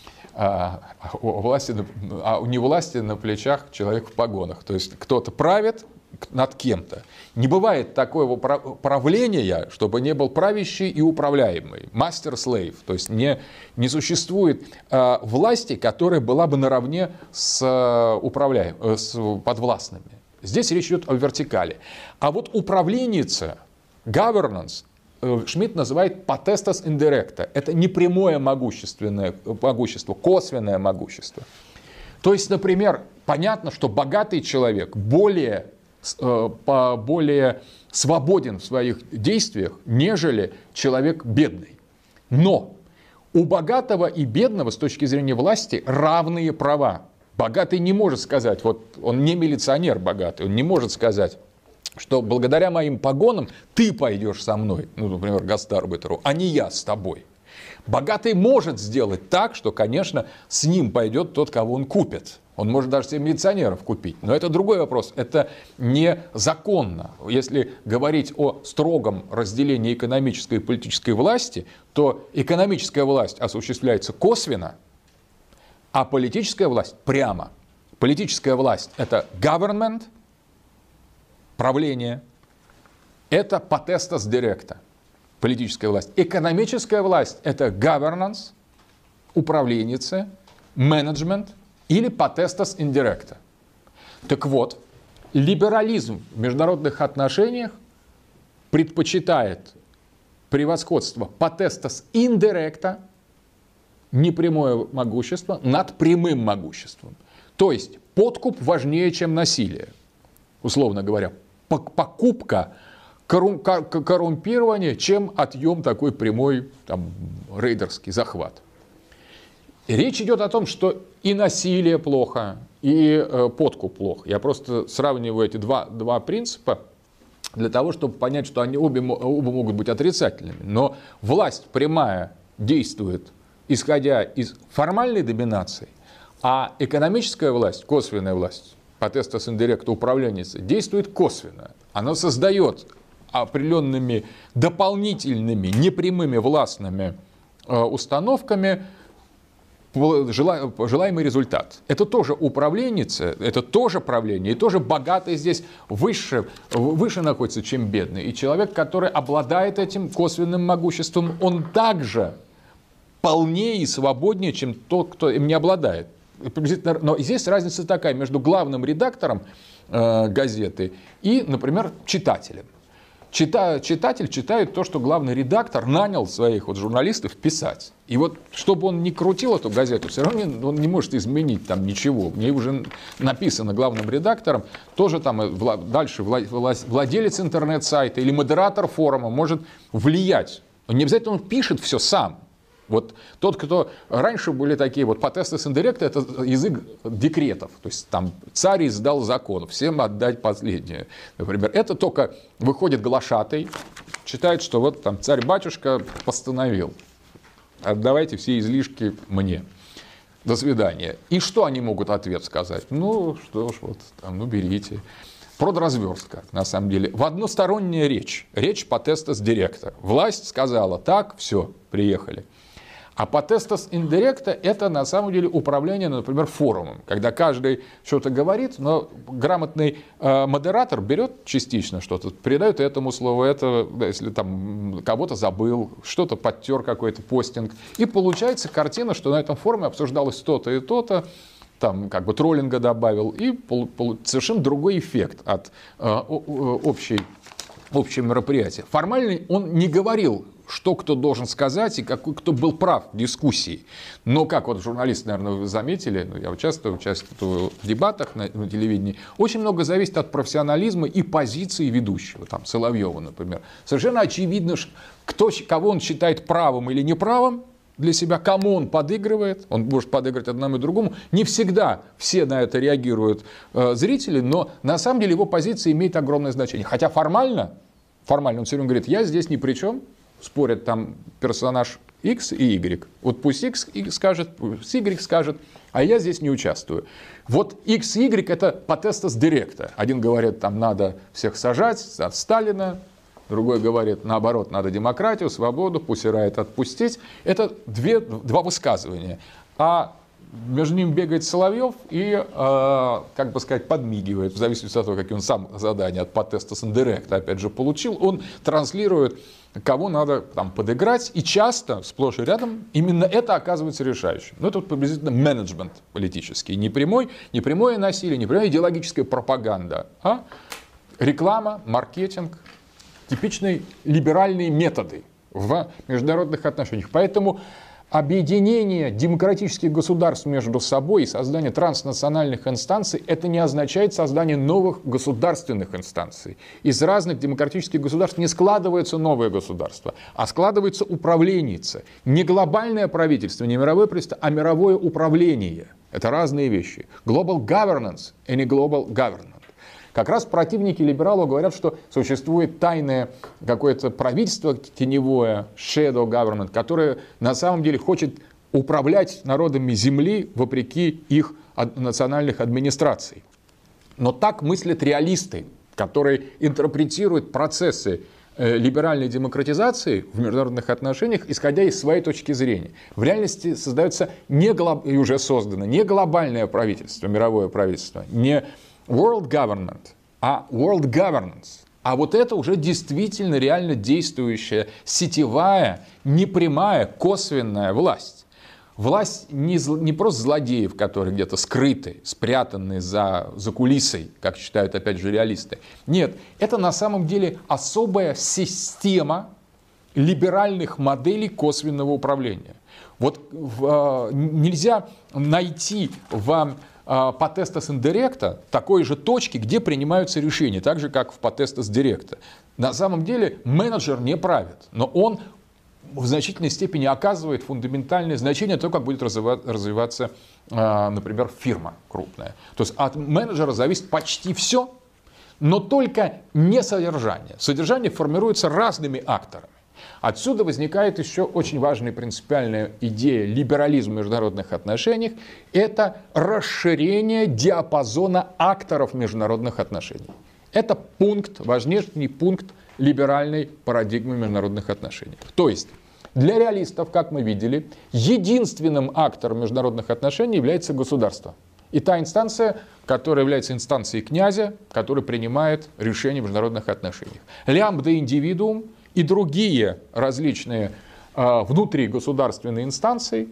Speaker 2: А у, власти, а у невласти на плечах человек в погонах. То есть кто-то правит над кем-то. Не бывает такого правления, чтобы не был правящий и управляемый. Мастер-слейв. То есть не, не существует э, власти, которая была бы наравне с, управляем, э, с подвластными. Здесь речь идет о вертикали. А вот управленница, governance, э, Шмидт называет potestas indirecta. Это непрямое могущественное могущество, косвенное могущество. То есть, например, понятно, что богатый человек более более свободен в своих действиях, нежели человек бедный. Но у богатого и бедного с точки зрения власти равные права. Богатый не может сказать, вот он не милиционер богатый, он не может сказать, что благодаря моим погонам ты пойдешь со мной, ну, например, Гастарбайтеру, а не я с тобой. Богатый может сделать так, что, конечно, с ним пойдет тот, кого он купит. Он может даже себе милиционеров купить. Но это другой вопрос. Это незаконно. Если говорить о строгом разделении экономической и политической власти, то экономическая власть осуществляется косвенно, а политическая власть прямо. Политическая власть – это government, правление. Это potestas directa, политическая власть. Экономическая власть – это governance, управленница, менеджмент, или potestas indirecta. Так вот, либерализм в международных отношениях предпочитает превосходство potestas indirecta, непрямое могущество, над прямым могуществом. То есть подкуп важнее, чем насилие. Условно говоря, покупка, коррумпирование, чем отъем такой прямой, там, рейдерский захват. Речь идет о том, что и насилие плохо, и э, подкуп плохо. Я просто сравниваю эти два, два принципа для того, чтобы понять, что они обе, оба могут быть отрицательными. Но власть прямая действует, исходя из формальной доминации, а экономическая власть, косвенная власть, potestas indirecta, управленница, действует косвенно. Она создает определенными дополнительными, непрямыми властными э, установками желаемый результат. Это тоже управленница, это тоже правление, и тоже богатый здесь выше, выше находится, чем бедный. И человек, который обладает этим косвенным могуществом, он также полнее и свободнее, чем тот, кто им не обладает. Но здесь разница такая между главным редактором э, газеты и, например, читателем. Чита, читатель читает то, что главный редактор нанял своих вот журналистов писать. И вот, чтобы он не крутил эту газету, все равно не, он не может изменить там ничего. Мне уже написано главным редактором, тоже там вла, дальше вла, вла, владелец интернет-сайта или модератор форума может влиять Не обязательно он пишет все сам. Вот тот, кто раньше были такие вот potestas indirecta, это язык декретов. То есть там царь издал закон, всем отдать последнее. Например, это только выходит глашатай, читает, что вот там царь-батюшка постановил. Отдавайте все излишки мне. До свидания. И что они могут ответ сказать? Ну, что ж, вот там, ну, берите. Продразверстка, на самом деле. В односторонняя речь. Речь potestas directa. Власть сказала так, все, приехали. А potestas indirecta – это на самом деле управление, например, форумом, когда каждый что-то говорит, но грамотный э, модератор берет частично что-то, передает этому слову, это, да, если там кого-то забыл, что-то подтер, какой-то постинг, и получается картина, что на этом форуме обсуждалось то-то и то-то, там как бы троллинга добавил, и пол, пол, совершенно другой эффект от э, общей, общего мероприятия. Формально он не говорил, что кто должен сказать и какой, кто был прав в дискуссии. Но, как вот журналисты, наверное, вы заметили, ну, я часто участвую в дебатах на, на телевидении, очень много зависит от профессионализма и позиции ведущего, там, Соловьева, например. Совершенно очевидно, кто, кого он считает правым или неправым для себя, кому он подыгрывает, он может подыгрывать одному и другому. Не всегда все на это реагируют э, зрители, но на самом деле его позиция имеет огромное значение. Хотя формально, формально он все время говорит, я здесь ни при чем. Спорят там персонаж X и Y. Вот пусть X скажет, пусть Y скажет, а я здесь не участвую. Вот X и Y это potestas directa. Один говорит, там надо всех сажать от Сталина, другой говорит, наоборот, надо демократию, свободу, пусть Райт отпустить. Это две, два высказывания. А между ним бегает Соловьев и, э, как бы сказать, подмигивает, в зависимости от того, какие он сам задания от potestas indirecta, опять же, получил, он транслирует, кого надо там подыграть, и часто, сплошь и рядом, именно это оказывается решающим. Ну, это вот приблизительно менеджмент политический, не прямой, не прямое насилие, не прямая идеологическая пропаганда, а реклама, маркетинг, типичные либеральные методы в международных отношениях. Поэтому объединение демократических государств между собой и создание транснациональных инстанций – это не означает создание новых государственных инстанций. Из разных демократических государств не складывается новое государство, а складывается управленница. Не глобальное правительство, не мировое правительство, а мировое управление. Это разные вещи. Global governance и не global governance. Как раз противники либералов говорят, что существует тайное какое-то правительство теневое, shadow government, которое на самом деле хочет управлять народами Земли вопреки их национальных администраций. Но так мыслят реалисты, которые интерпретируют процессы либеральной демократизации в международных отношениях, исходя из своей точки зрения. В реальности создается не глоб... и уже создано не глобальное правительство, мировое правительство, не world government, а world governance. А вот это уже действительно реально действующая сетевая, непрямая, косвенная власть. Власть не, зл... не просто злодеев, которые где-то скрыты, спрятаны за, за кулисой, как считают опять же реалисты. Нет, это на самом деле особая система либеральных моделей косвенного управления. Вот в, нельзя найти в potestas indirecta такой же точки, где принимаются решения, так же, как в potestas directa. На самом деле менеджер не правит, но он в значительной степени оказывает фундаментальное значение того, как будет развиваться, например, фирма крупная. То есть от менеджера зависит почти все, но только не содержание. Содержание формируется разными акторами. Отсюда возникает еще очень важная принципиальная идея либерализма в международных отношениях. Это расширение диапазона акторов международных отношений. Это пункт, важнейший пункт либеральной парадигмы международных отношений. То есть для реалистов, как мы видели, единственным актором международных отношений является государство. И та инстанция, которая является инстанцией князя, который принимает решения в международных отношениях. Лямб де индивидуум и другие различные э, внутригосударственные инстанции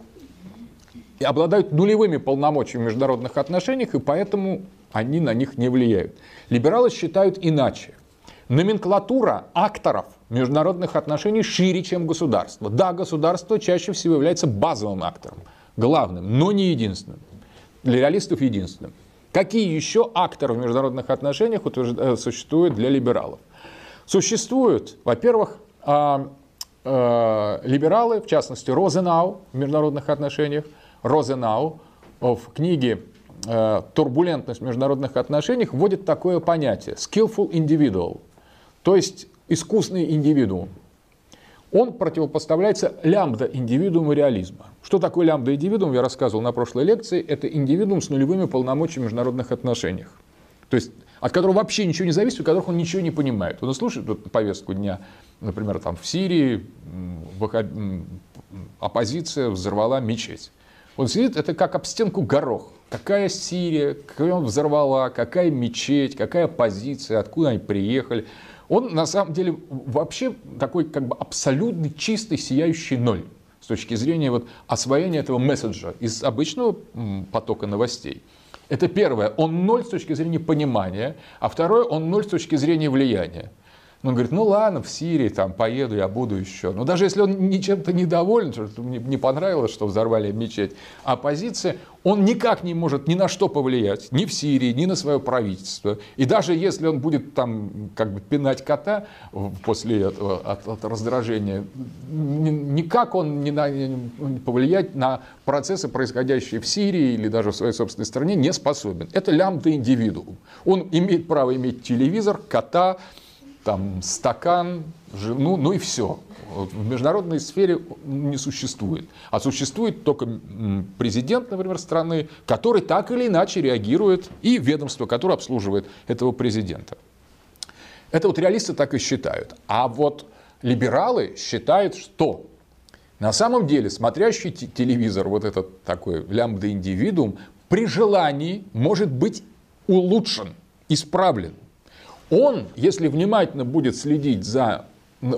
Speaker 2: обладают нулевыми полномочиями в международных отношениях, и поэтому они на них не влияют. Либералы считают иначе. Номенклатура акторов международных отношений шире, чем государство. Да, государство чаще всего является базовым актором, главным, но не единственным. Для реалистов единственным. Какие еще акторы в международных отношениях существуют для либералов? Существуют, во-первых, э, либералы, в частности Розенау в международных отношениях, Розенау в книге э, «Турбулентность в международных отношениях» вводит такое понятие skillful individual, то есть искусный индивидуум. Он противопоставляется лямбда-индивидууму реализма. Что такое лямбда-индивидуум, я рассказывал на прошлой лекции. Это индивидуум с нулевыми полномочиями в международных отношениях. То есть от которого вообще ничего не зависит, у которых он ничего не понимает. Он слушает вот повестку дня, например, там в Сирии оппозиция взорвала мечеть. Он сидит, это как об стенку горох. Какая Сирия, какая он взорвала, какая мечеть, какая оппозиция, откуда они приехали. Он на самом деле вообще такой как бы абсолютный чистый сияющий ноль с точки зрения вот освоения этого месседжа из обычного потока новостей. Это первое, он ноль с точки зрения понимания, а второе, он ноль с точки зрения влияния. Он говорит, ну ладно, в Сирии там поеду, я буду еще. Но даже если он ничем-то недоволен, что мне не понравилось, что взорвали мечеть, оппозиция, он никак не может ни на что повлиять, ни в Сирии, ни на свое правительство. И даже если он будет там как бы пинать кота после этого от, от раздражения, никак он не, на, не повлиять на процессы, происходящие в Сирии или даже в своей собственной стране, не способен. Это лямбда-индивидуум. Он имеет право иметь телевизор, кота, там, стакан, жену, ну и все. В международной сфере не существует. А существует только президент, например, страны, который так или иначе реагирует, и ведомство, которое обслуживает этого президента. Это вот реалисты так и считают. А вот либералы считают, что на самом деле смотрящий телевизор, вот этот такой лямбда-индивидуум, при желании может быть улучшен, исправлен. Он, если внимательно будет следить за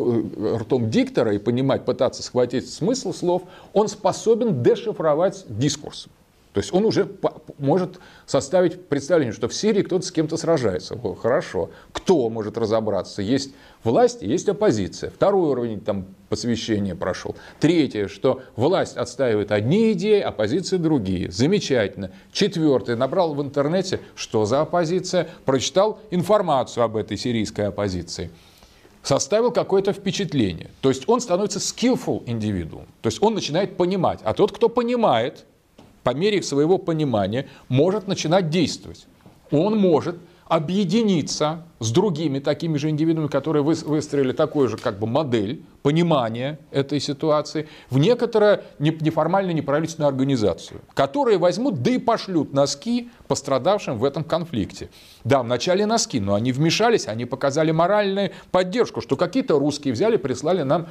Speaker 2: ртом диктора и понимать, пытаться схватить смысл слов, он способен дешифровать дискурс. То есть он уже может составить представление, что в Сирии кто-то с кем-то сражается. О, хорошо. Кто может разобраться? Есть власть, есть оппозиция. Второй уровень там посвящения прошел. Третье, что власть отстаивает одни идеи, оппозиция другие. Замечательно. Четвертое, набрал в интернете, что за оппозиция, прочитал информацию об этой сирийской оппозиции. Составил какое-то впечатление. То есть он становится skillful индивидуум. То есть он начинает понимать. А тот, кто понимает, по мере своего понимания, может начинать действовать. Он может объединиться с другими такими же индивидуумами, которые выстроили такую же как бы модель понимания этой ситуации, в некоторую неформальную неправительственную организацию, которые возьмут, да и пошлют носки пострадавшим в этом конфликте. Да, вначале носки, но они вмешались, они показали моральную поддержку, что какие-то русские взяли, прислали нам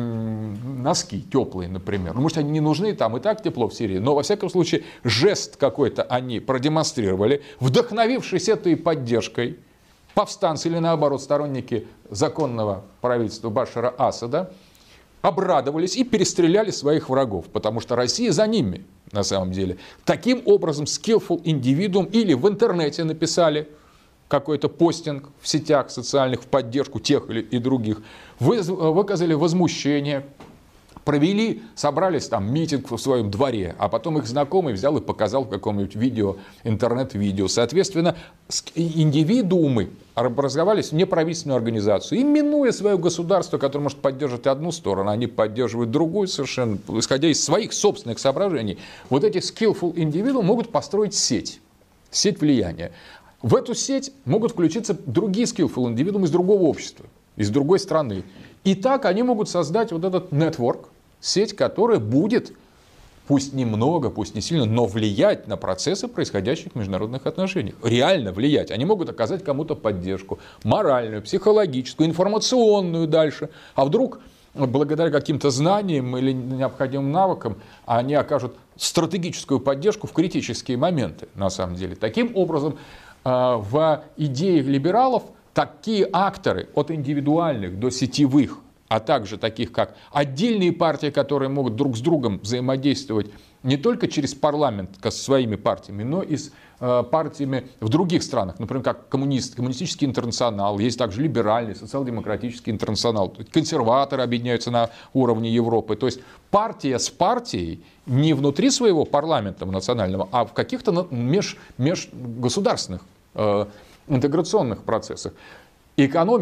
Speaker 2: м-м, носки теплые, например. Ну, может, они не нужны, там и так тепло в Сирии, но, во всяком случае, жест какой-то они продемонстрировали, вдохновившись этой поддержкой. Повстанцы или, наоборот, сторонники законного правительства Башара Асада обрадовались и перестреляли своих врагов, потому что Россия за ними, на самом деле. Таким образом, skillful индивидуум или в интернете написали какой-то постинг в сетях социальных в поддержку тех или и других, выказали возмущение, провели, собрались там митинг в своем дворе, а потом их знакомый взял и показал в каком-нибудь видео, интернет-видео. Соответственно, индивидуумы образовались в неправительственную организацию, и минуя свое государство, которое может поддерживать одну сторону, они поддерживают другую совершенно, исходя из своих собственных соображений. Вот эти skillful индивидуумы могут построить сеть, сеть влияния. В эту сеть могут включиться другие skillful индивидуумы из другого общества, из другой страны. И так они могут создать вот этот network, сеть, которая будет, пусть немного, пусть не сильно, но влиять на процессы, происходящие в международных отношениях. Реально влиять. Они могут оказать кому-то поддержку. Моральную, психологическую, информационную дальше. А вдруг, благодаря каким-то знаниям или необходимым навыкам, они окажут стратегическую поддержку в критические моменты, на самом деле. Таким образом, в идеях либералов такие акторы, от индивидуальных до сетевых, а также таких как отдельные партии, которые могут друг с другом взаимодействовать не только через парламент со своими партиями, но и с э, партиями в других странах, например, как коммунист, коммунистический интернационал, есть также либеральный, социал-демократический интернационал, консерваторы объединяются на уровне Европы. То есть партия с партией не внутри своего парламента национального, а в каких-то меж, межгосударственных э, интеграционных процессах. Экономика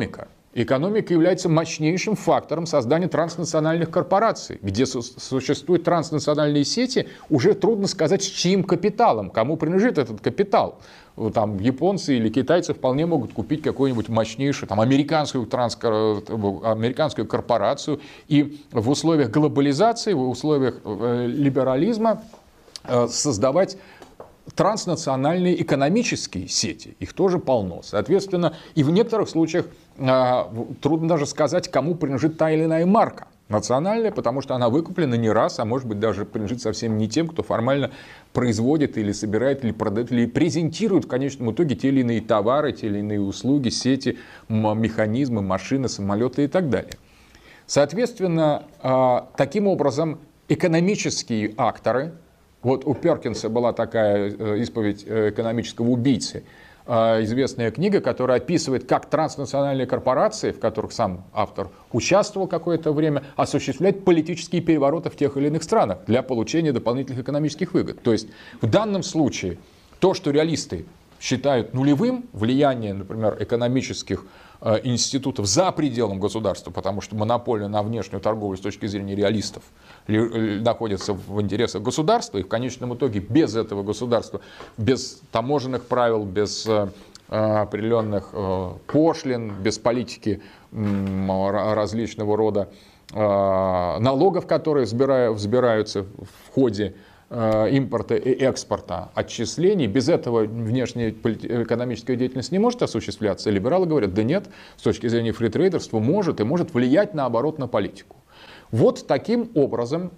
Speaker 2: Экономика является мощнейшим фактором создания транснациональных корпораций. Где су- существуют транснациональные сети, уже трудно сказать, с чьим капиталом, кому принадлежит этот капитал. Там японцы или китайцы вполне могут купить какую-нибудь мощнейшую там, американскую, транс... американскую корпорацию. И в условиях глобализации, в условиях э, либерализма э, создавать транснациональные экономические сети, их тоже полно. Соответственно, и в некоторых случаях э, трудно даже сказать, кому принадлежит та или иная марка национальная, потому что она выкуплена не раз, а может быть даже принадлежит совсем не тем, кто формально производит или собирает, или продает, или презентирует в конечном итоге те или иные товары, те или иные услуги, сети, механизмы, машины, самолеты и так далее. Соответственно, э, таким образом экономические акторы. Вот у Перкинса была такая исповедь экономического убийцы, известная книга, которая описывает, как транснациональные корпорации, в которых сам автор участвовал какое-то время, осуществляют политические перевороты в тех или иных странах для получения дополнительных экономических выгод. То есть в данном случае то, что реалисты считают нулевым, влияние, например, экономических институтов за пределом государства, потому что монополия на внешнюю торговлю с точки зрения реалистов находится в интересах государства, и в конечном итоге без этого государства, без таможенных правил, без определенных пошлин, без политики различного рода налогов, которые взбираются в ходе импорта и экспорта, отчислений. Без этого внешняя экономическая деятельность не может осуществляться. Либералы говорят, да нет, с точки зрения фритрейдерства может и может влиять наоборот на политику. Вот таким образом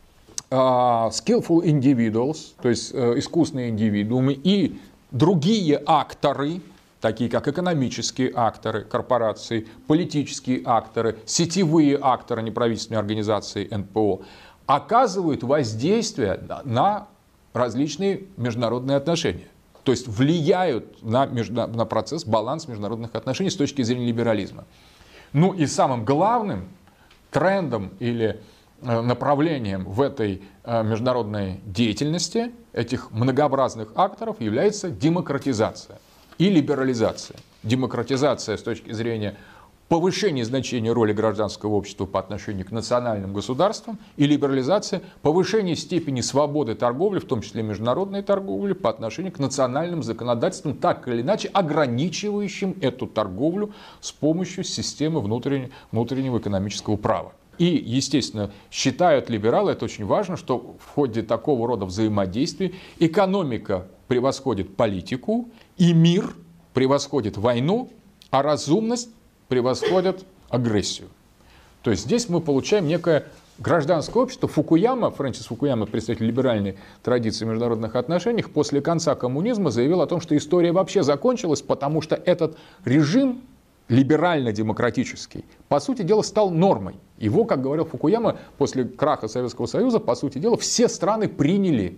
Speaker 2: uh, skillful individuals, то есть uh, искусные индивидуумы и другие акторы, такие как экономические акторы, корпорации, политические акторы, сетевые акторы неправительственной организации эн пэ о, оказывают воздействие на различные международные отношения. То есть влияют на, между... на процесс, баланс международных отношений с точки зрения либерализма. Ну и самым главным трендом или направлением в этой международной деятельности этих многообразных акторов является демократизация и либерализация. Демократизация с точки зрения повышение значения роли гражданского общества по отношению к национальным государствам, и либерализация, повышение степени свободы торговли, в том числе международной торговли, по отношению к национальным законодательствам, так или иначе ограничивающим эту торговлю с помощью системы внутреннего, внутреннего экономического права. И, естественно, считают либералы, это очень важно, что в ходе такого рода взаимодействия экономика превосходит политику, и мир превосходит войну, а разумность превосходят агрессию. То есть здесь мы получаем некое гражданское общество. Фукуяма, Фрэнсис Фукуяма, представитель либеральной традиции в международных отношениях, после конца коммунизма заявил о том, что история вообще закончилась, потому что этот режим либерально-демократический, по сути дела, стал нормой. Его, как говорил Фукуяма, после краха Советского Союза, по сути дела, все страны приняли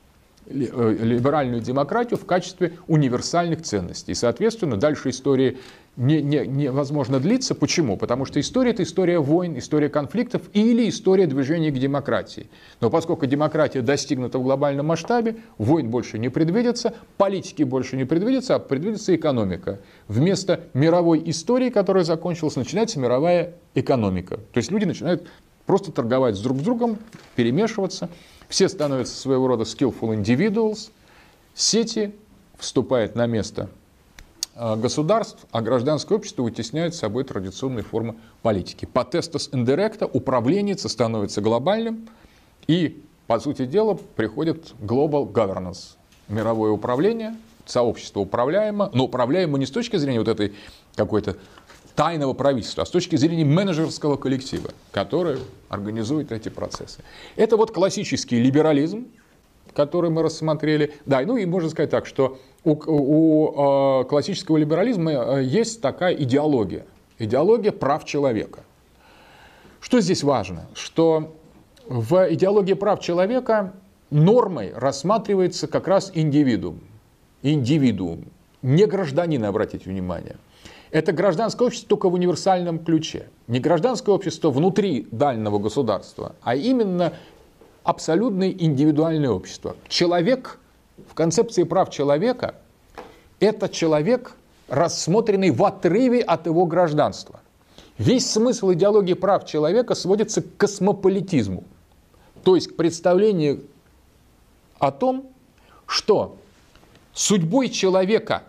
Speaker 2: либеральную демократию в качестве универсальных ценностей. И, соответственно, дальше история не, не, невозможно длиться. Почему? Потому что история – это история войн, история конфликтов или история движения к демократии. Но поскольку демократия достигнута в глобальном масштабе, войн больше не предвидится, политики больше не предвидится, а предвидится экономика. Вместо мировой истории, которая закончилась, начинается мировая экономика. То есть люди начинают просто торговать друг с другом, перемешиваться. Все становятся своего рода skillful individuals, сети вступают на место государств, а гражданское общество вытесняет с собой традиционные формы политики. Potestas indirecta, управленец становится глобальным, и, по сути дела, приходит global governance, мировое управление, сообщество управляемо, но управляемо не с точки зрения вот этой какой-то тайного правительства, а с точки зрения менеджерского коллектива, который организует эти процессы. Это вот классический либерализм, который мы рассмотрели. Да, ну и можно сказать так, что у, у, у классического либерализма есть такая идеология. Идеология прав человека. Что здесь важно? Что в идеологии прав человека нормой рассматривается как раз индивидуум. Индивидуум. Не гражданин, обратите внимание. Это гражданское общество только в универсальном ключе. Не гражданское общество внутри дальнего государства, а именно абсолютное индивидуальное общество. Человек в концепции прав человека – это человек, рассмотренный в отрыве от его гражданства. Весь смысл идеологии прав человека сводится к космополитизму, то есть к представлению о том, что судьбой человека,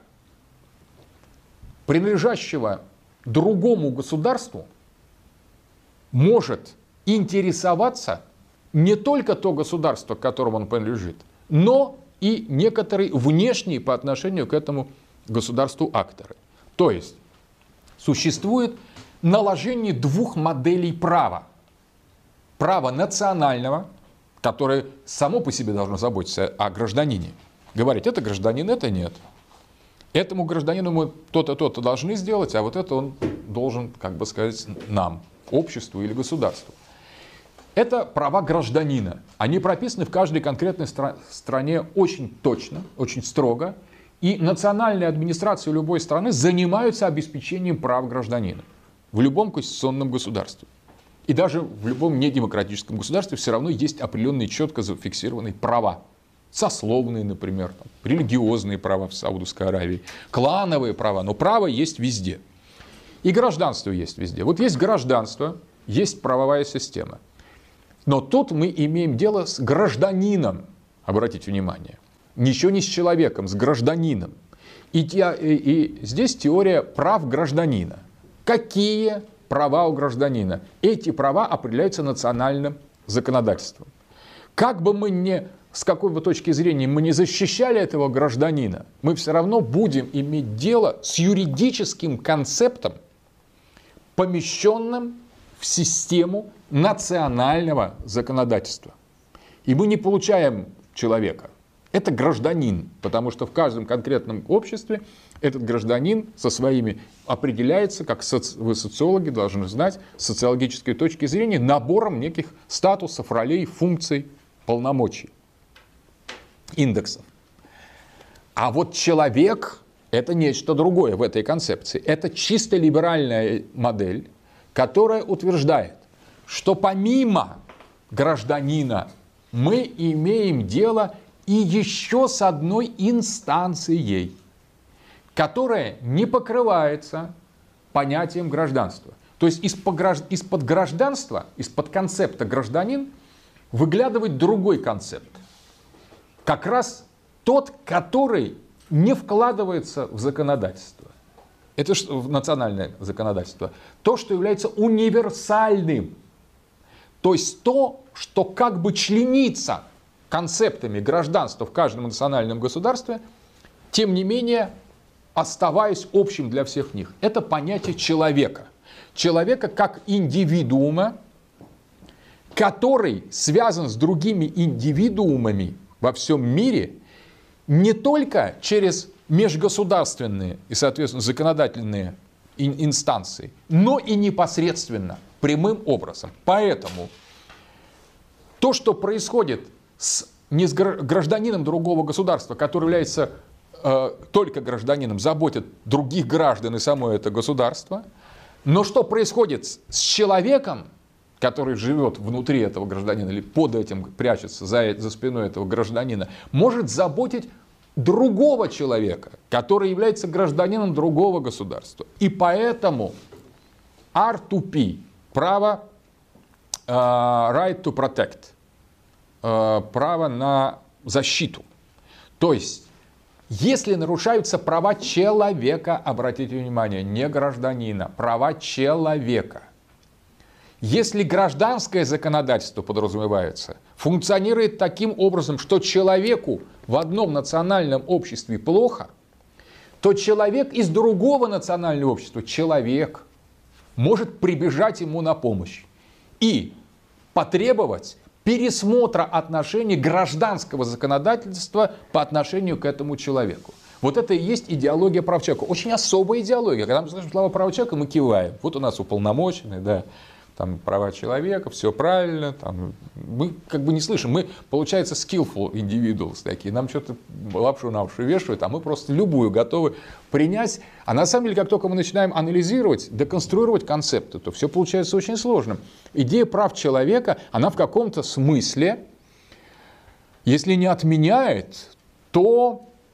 Speaker 2: принадлежащего другому государству, может интересоваться не только то государство, к которому он принадлежит, но и некоторые внешние по отношению к этому государству акторы. То есть существует наложение двух моделей права. Право национального, которое само по себе должно заботиться о гражданине. Говорить, это гражданин, это нет. Этому гражданину мы то-то, то-то должны сделать, а вот это он должен, как бы сказать, нам, обществу или государству. Это права гражданина. Они прописаны в каждой конкретной стра- стране очень точно, очень строго. И национальные администрации любой страны занимаются обеспечением прав гражданина в любом конституционном государстве. И даже в любом недемократическом государстве все равно есть определенные четко зафиксированные права. Сословные, например, там, религиозные права в Саудовской Аравии, клановые права. Но право есть везде. И гражданство есть везде. Вот есть гражданство, есть правовая система. Но тут мы имеем дело с гражданином, обратите внимание. Ничего не с человеком, с гражданином. И, те, и, и здесь теория прав гражданина. Какие права у гражданина? Эти права определяются национальным законодательством. Как бы мы ни, с какой бы точки зрения мы не защищали этого гражданина, мы все равно будем иметь дело с юридическим концептом, помещенным в систему национального законодательства. И мы не получаем человека. Это гражданин, потому что в каждом конкретном обществе этот гражданин со своими определяется, как соци... вы социологи должны знать, с социологической точки зрения, набором неких статусов, ролей, функций, полномочий, индексов. А вот человек – это нечто другое в этой концепции. Это чисто либеральная модель, которая утверждает, что помимо гражданина мы имеем дело и еще с одной инстанцией, которая не покрывается понятием гражданства. То есть из-под гражданства, из-под концепта гражданин выглядывает другой концепт. Как раз тот, который не вкладывается в законодательство. Это в национальное законодательство. То, что является универсальным. То есть то, что как бы членится концептами гражданства в каждом национальном государстве, тем не менее оставаясь общим для всех них. Это понятие человека. Человека как индивидуума, который связан с другими индивидуумами во всем мире не только через межгосударственные и, соответственно, законодательные инстанции, но и непосредственно, прямым образом. Поэтому то, что происходит с, не с гражданином другого государства, который является э, только гражданином, заботит других граждан и само это государство, но что происходит с, с человеком, который живет внутри этого гражданина или под этим прячется за, за спиной этого гражданина, может заботить другого человека, который является гражданином другого государства. И поэтому ар ту пи, право, uh, right to protect, uh, право на защиту. То есть, если нарушаются права человека, обратите внимание, не гражданина, права человека. Если гражданское законодательство подразумевается, функционирует таким образом, что человеку в одном национальном обществе плохо, то человек из другого национального общества, человек, может прибежать ему на помощь и потребовать пересмотра отношений гражданского законодательства по отношению к этому человеку. Вот это и есть идеология прав человека. Очень особая идеология. Когда мы слышим слово права человека, мы киваем. Вот у нас уполномоченный, да. Там права человека, все правильно, там, мы как бы не слышим, мы, получается, skillful individuals такие, нам что-то лапшу на уши вешают, а мы просто любую готовы принять. А на самом деле, как только мы начинаем анализировать, деконструировать концепты, то все получается очень сложным. Идея прав человека, она в каком-то смысле, если не отменяет, то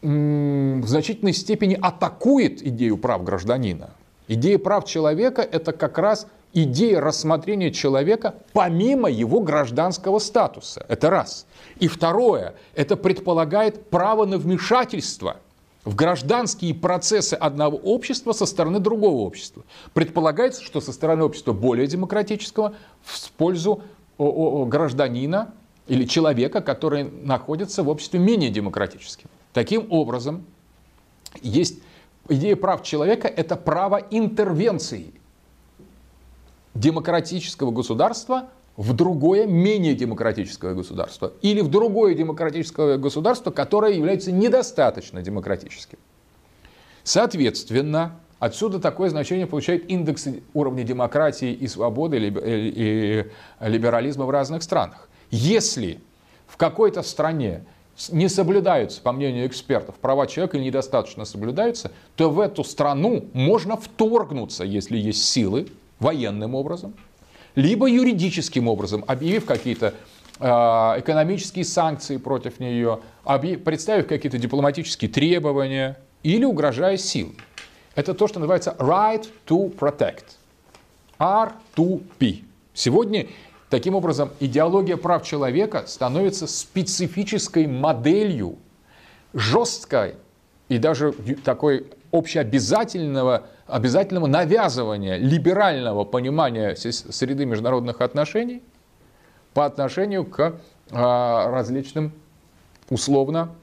Speaker 2: в значительной степени атакует идею прав гражданина. Идея прав человека – это как раз идея рассмотрения человека помимо его гражданского статуса. Это раз. И второе – это предполагает право на вмешательство в гражданские процессы одного общества со стороны другого общества. Предполагается, что со стороны общества более демократического в пользу гражданина или человека, который находится в обществе менее демократическим. Таким образом, есть идея прав человека – это право интервенции демократического государства в другое, менее демократическое государство. Или в другое демократическое государство, которое является недостаточно демократическим. Соответственно, отсюда такое значение получает индекс уровня демократии и свободы и либерализма в разных странах. Если в какой-то стране не соблюдаются, по мнению экспертов, права человека или недостаточно соблюдаются, то в эту страну можно вторгнуться, если есть силы, военным образом, либо юридическим образом, объявив какие-то э, экономические санкции против нее, объяв, представив какие-то дипломатические требования или угрожая силой. Это то, что называется right to protect. ар ту пи. Сегодня, таким образом, идеология прав человека становится специфической моделью жесткой и даже такой общеобязательного обязательного навязывания либерального понимания среды международных отношений по отношению к а, различным условно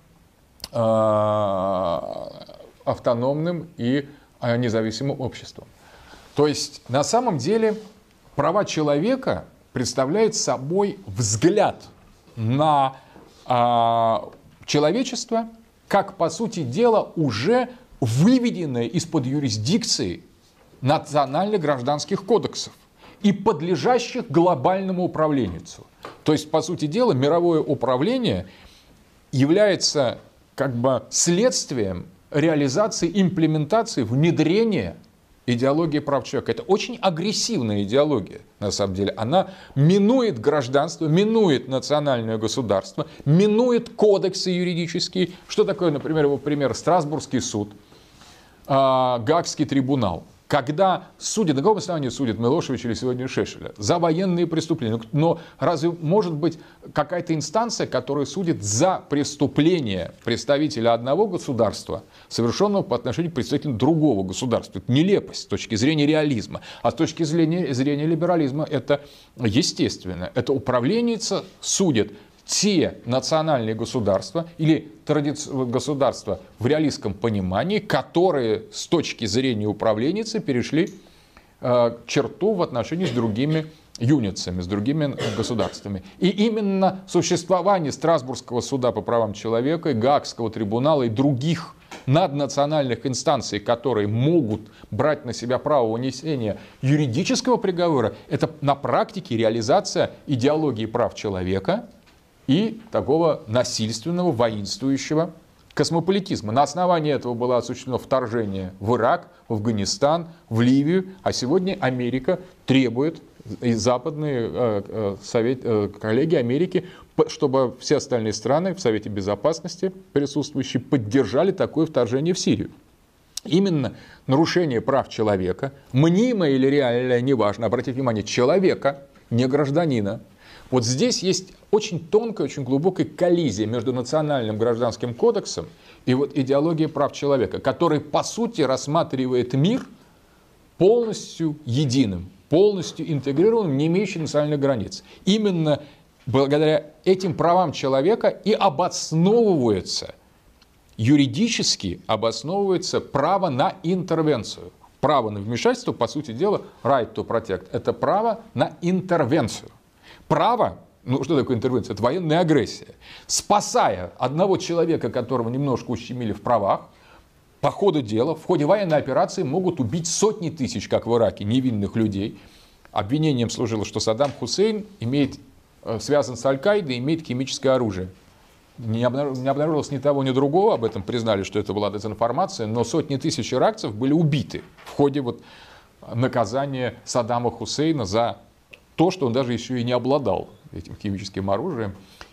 Speaker 2: а, автономным и а, независимым обществам. То есть на самом деле права человека представляют собой взгляд на а, человечество как, по сути дела, уже выведенное из-под юрисдикции национальных гражданских кодексов и подлежащих глобальному управлению. То есть, по сути дела, мировое управление является как бы следствием реализации, имплементации, внедрения идеологии прав человека. Это очень агрессивная идеология, на самом деле. Она минует гражданство, минует национальное государство, минует кодексы юридические. Что такое, например, его пример, Страсбургский суд, Гаагский трибунал. Когда судят, на каком основании судят Милошевича или сегодня Шешеля? За военные преступления. Но разве может быть какая-то инстанция, которая судит за преступление представителя одного государства, совершенного по отношению к представителю другого государства? Это нелепость с точки зрения реализма. А с точки зрения, зрения либерализма это естественно. Это управленница судит те национальные государства или традици... государства в реалистском понимании, которые с точки зрения управленницы перешли э, черту в отношении с другими юницами, с другими государствами. И именно существование Страсбургского суда по правам человека, Гаагского трибунала и других наднациональных инстанций, которые могут брать на себя право вынесения юридического приговора, это на практике реализация идеологии прав человека и такого насильственного, воинствующего космополитизма. На основании этого было осуществлено вторжение в Ирак, в Афганистан, в Ливию, а сегодня Америка требует, и западные э, э, совет, э, коллеги Америки, чтобы все остальные страны в Совете Безопасности присутствующие поддержали такое вторжение в Сирию. Именно нарушение прав человека, мнимое или реальное, неважно, обратите внимание, человека, не гражданина. Вот здесь есть очень тонкая, очень глубокая коллизия между национальным гражданским кодексом и вот идеологией прав человека, который по сути рассматривает мир полностью единым, полностью интегрированным, не имеющим национальных границ. Именно благодаря этим правам человека и обосновывается, юридически обосновывается право на интервенцию. Право на вмешательство, по сути дела, right to protect, это право на интервенцию. Право, ну что такое интервенция? Это военная агрессия. Спасая одного человека, которого немножко ущемили в правах, по ходу дела, в ходе военной операции могут убить сотни тысяч, как в Ираке, невинных людей. Обвинением служило, что Саддам Хусейн имеет, связан с Аль-Каидой, имеет химическое оружие. Не обнаружилось ни того, ни другого, об этом признали, что это была дезинформация, но сотни тысяч иракцев были убиты в ходе вот наказания Саддама Хусейна за то, что он даже еще и не обладал этим химическим оружием.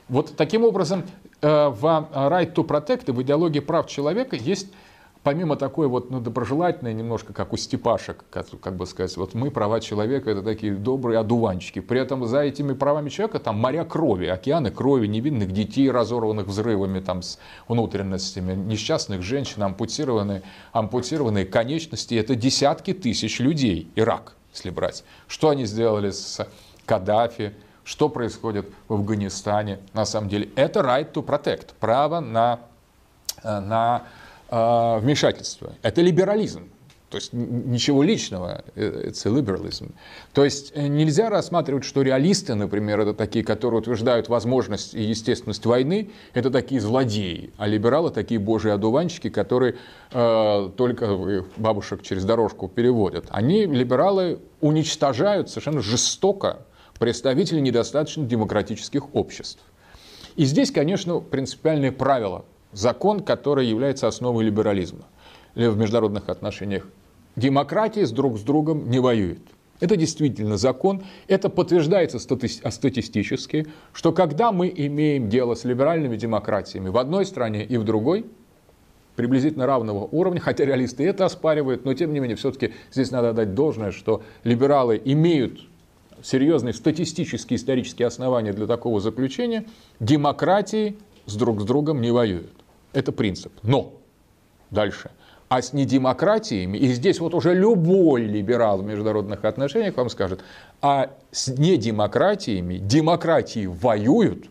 Speaker 2: Вот таким образом в right to protect и в идеологии прав человека есть, помимо такой вот, ну, доброжелательной, немножко как у Степашек, как, как бы сказать, вот мы, права человека, это такие добрые одуванчики. При этом за этими правами человека там моря крови, океаны крови, невинных детей, разорванных взрывами, там, с внутренностями, несчастных женщин, ампутированные, ампутированные конечности. Это десятки тысяч людей, Ирак, если брать. Что они сделали с Каддафи, что происходит в Афганистане, на самом деле. Это right to protect, право на... на вмешательство. Это либерализм. То есть ничего личного. Это либерализм. То есть нельзя рассматривать, что реалисты, например, это такие, которые утверждают возможность и естественность войны, это такие злодеи. А либералы такие божьи одуванчики, которые э, только бабушек через дорожку переводят. Они, либералы, уничтожают совершенно жестоко представителей недостаточно демократических обществ. И здесь, конечно, принципиальное правило. Закон, который является основой либерализма в международных отношениях. Демократии с друг с другом не воюют. Это действительно закон. Это подтверждается статистически, что когда мы имеем дело с либеральными демократиями в одной стране и в другой, приблизительно равного уровня, хотя реалисты это оспаривают, но тем не менее все-таки здесь надо дать должное, что либералы имеют серьезные статистические исторические основания для такого заключения, демократии с друг с другом не воюют. Это принцип. Но дальше. А с недемократиями, и здесь вот уже любой либерал в международных отношениях вам скажет, а с недемократиями демократии воюют,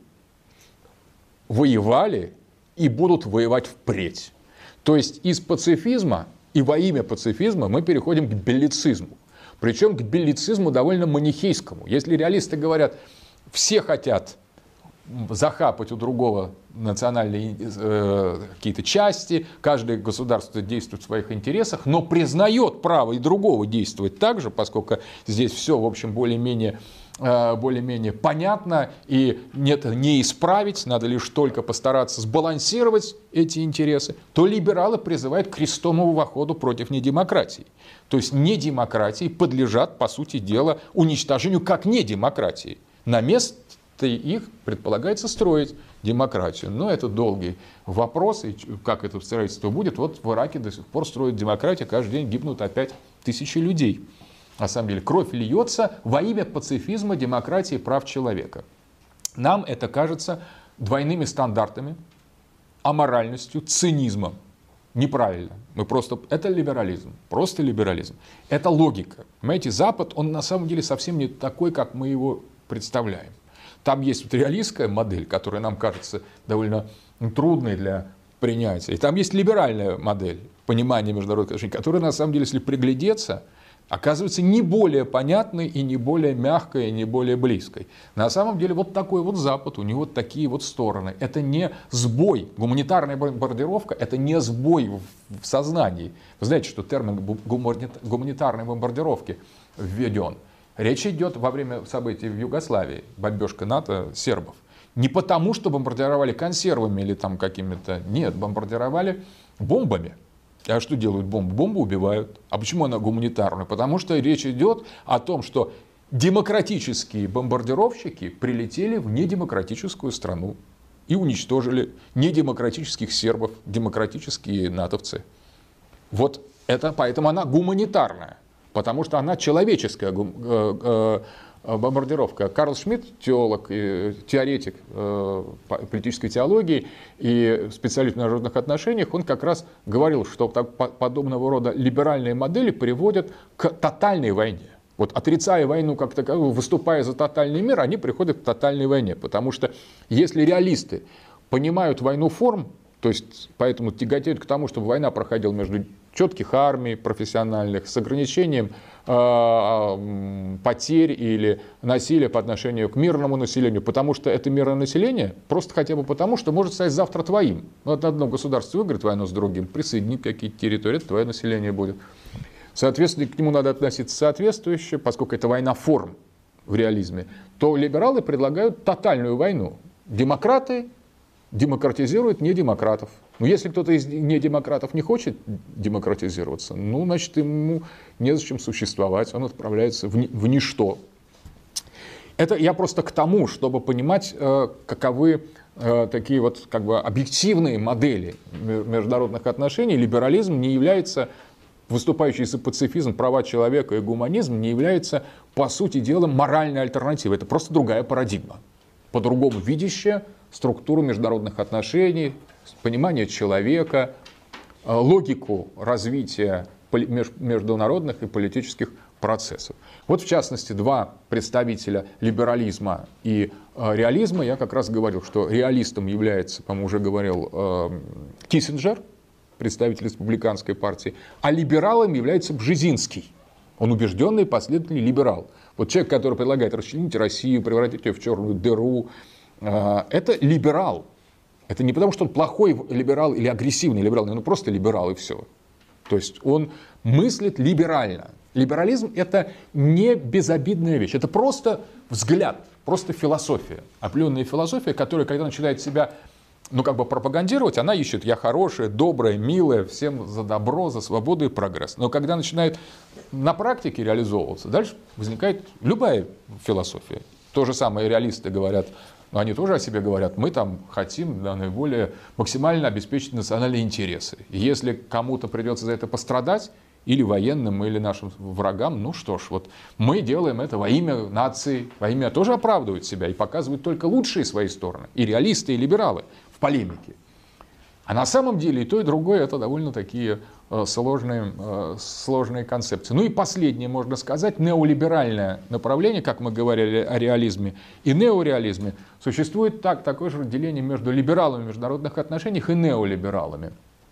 Speaker 2: воевали и будут воевать впредь. То есть из пацифизма и во имя пацифизма мы переходим к беллицизму. Причем к беллицизму довольно манихейскому. Если реалисты говорят, все хотят захапать у другого национальные э, какие-то части, каждое государство действует в своих интересах, но признает право и другого действовать так же, поскольку здесь все, в общем, более-менее э, более-менее понятно, и нет, не исправить, надо лишь только постараться сбалансировать эти интересы, то либералы призывают к крестовому походу против недемократии. То есть недемократии подлежат, по сути дела, уничтожению как недемократии. На место их предполагается строить демократию. Но это долгий вопрос, и как это строительство будет. Вот в Ираке до сих пор строят демократию, каждый день гибнут опять тысячи людей. На самом деле кровь льется во имя пацифизма, демократии, прав человека. Нам это кажется двойными стандартами, аморальностью, цинизмом. Неправильно. Мы просто... Это либерализм. Просто либерализм. Это логика. Понимаете, Запад, он на самом деле совсем не такой, как мы его представляем. Там есть вот реалистская модель, которая нам кажется довольно трудной для принятия. И там есть либеральная модель понимания международных отношений, которая, на самом деле, если приглядеться, оказывается не более понятной и не более мягкой, и не более близкой. На самом деле вот такой вот Запад, у него вот такие вот стороны. Это не сбой. Гуманитарная бомбардировка – это не сбой в сознании. Вы знаете, что термин гуманитарной бомбардировки введен. Речь идет во время событий в Югославии, бомбежка НАТО сербов. Не потому, что бомбардировали консервами или там какими-то, нет, бомбардировали бомбами. А что делают бомбы? Бомбы убивают. А почему она гуманитарная? Потому что речь идет о том, что демократические бомбардировщики прилетели в недемократическую страну и уничтожили недемократических сербов, демократические натовцы. Вот это, поэтому она гуманитарная. Потому что она человеческая бомбардировка. Карл Шмидт, теолог, теоретик политической теологии и специалист в международных отношениях, он как раз говорил, что подобного рода либеральные модели приводят к тотальной войне. Вот отрицая войну как таковую, выступая за тотальный мир, они приходят к тотальной войне. Потому что если реалисты понимают войну форм, то есть поэтому тяготеют к тому, чтобы война проходила между четких армий профессиональных с ограничением э, потерь или насилия по отношению к мирному населению, потому что это мирное население просто хотя бы потому, что может стать завтра твоим. Вот одно государство выиграет войну с другим, присоединит какие-то территории, это твое население будет. Соответственно, к нему надо относиться соответствующе, поскольку это война форм в реализме, то либералы предлагают тотальную войну. Демократы демократизируют недемократов. Но если кто-то из недемократов не хочет демократизироваться, ну, значит, ему незачем существовать, он отправляется в, ни, в ничто. Это я просто к тому, чтобы понимать, каковы такие вот как бы объективные модели международных отношений. Либерализм не является, выступающий за пацифизм, права человека и гуманизм, не является, по сути дела, моральной альтернативой. Это просто другая парадигма, по-другому видящая структуру международных отношений, понимание человека, логику развития международных и политических процессов. Вот, в частности, два представителя либерализма и э, реализма. Я как раз говорил, что реалистом является, по-моему, уже говорил э, Киссинджер, представитель республиканской партии, а либералом является Бжезинский. Он убежденный последовательный либерал. Вот человек, который предлагает расчленить Россию, превратить ее в черную дыру, э, это либерал. Это не потому, что он плохой либерал или агрессивный либерал, он просто либерал и все. То есть он мыслит либерально. Либерализм – это не безобидная вещь, это просто взгляд, просто философия. Определенная философия, которая, когда начинает себя, ну, как бы пропагандировать, она ищет «я хорошая, добрая, милая, всем за добро, за свободу и прогресс». Но когда начинает на практике реализовываться, дальше возникает любая философия. То же самое реалисты говорят, но они тоже о себе говорят, мы там хотим, да, наиболее максимально обеспечить национальные интересы. И если кому-то придется за это пострадать, или военным, или нашим врагам, ну что ж, вот мы делаем это во имя нации, во имя тоже оправдывают себя и показывают только лучшие свои стороны. И реалисты, и либералы в полемике. А на самом деле и то, и другое это довольно такие э, сложные, э, сложные концепции. Ну и последнее, можно сказать, неолиберальное направление, как мы говорили о реализме и неореализме, существует так, такое же разделение между либералами в международных отношениях и неолибералами.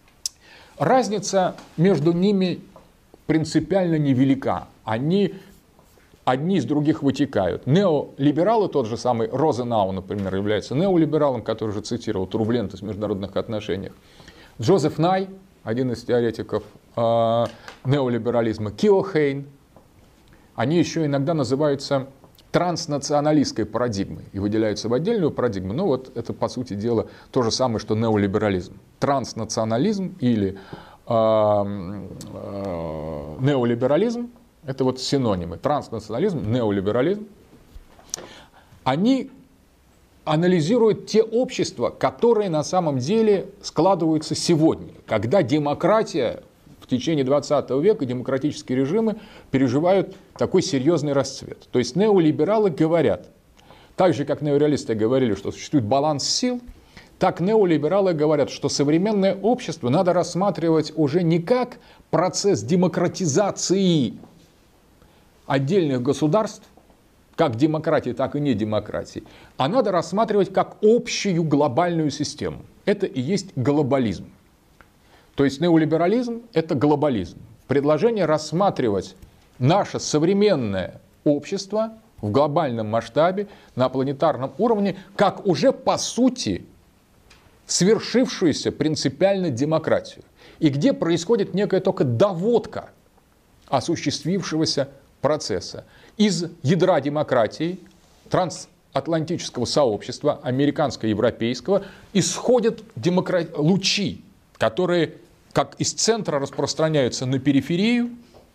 Speaker 2: Разница между ними принципиально невелика. Они одни из других вытекают. Неолибералы, тот же самый Розенау, например, является неолибералом, который уже цитировал Турбулентность в международных отношениях. Джозеф Най, один из теоретиков э, неолиберализма, Киохейн, они еще иногда называются транснационалистской парадигмой и выделяются в отдельную парадигму. Но вот это, по сути дела, то же самое, что неолиберализм. Транснационализм или э, э, неолиберализм – это вот синонимы. Транснационализм, неолиберализм. Они анализируют те общества, которые на самом деле складываются сегодня, когда демократия в течение двадцатого века, демократические режимы переживают такой серьезный расцвет. То есть неолибералы говорят, так же как неореалисты говорили, что существует баланс сил, так неолибералы говорят, что современное общество надо рассматривать уже не как процесс демократизации отдельных государств, как демократии, так и не демократии, а надо рассматривать как общую глобальную систему. Это и есть глобализм. То есть неолиберализм – это глобализм. Предложение рассматривать наше современное общество в глобальном масштабе, на планетарном уровне, как уже по сути свершившуюся принципиально демократию. И где происходит некая только доводка осуществившегося процесса. Из ядра демократии, трансатлантического сообщества, американско-европейского, исходят демокра... лучи, которые как из центра распространяются на периферию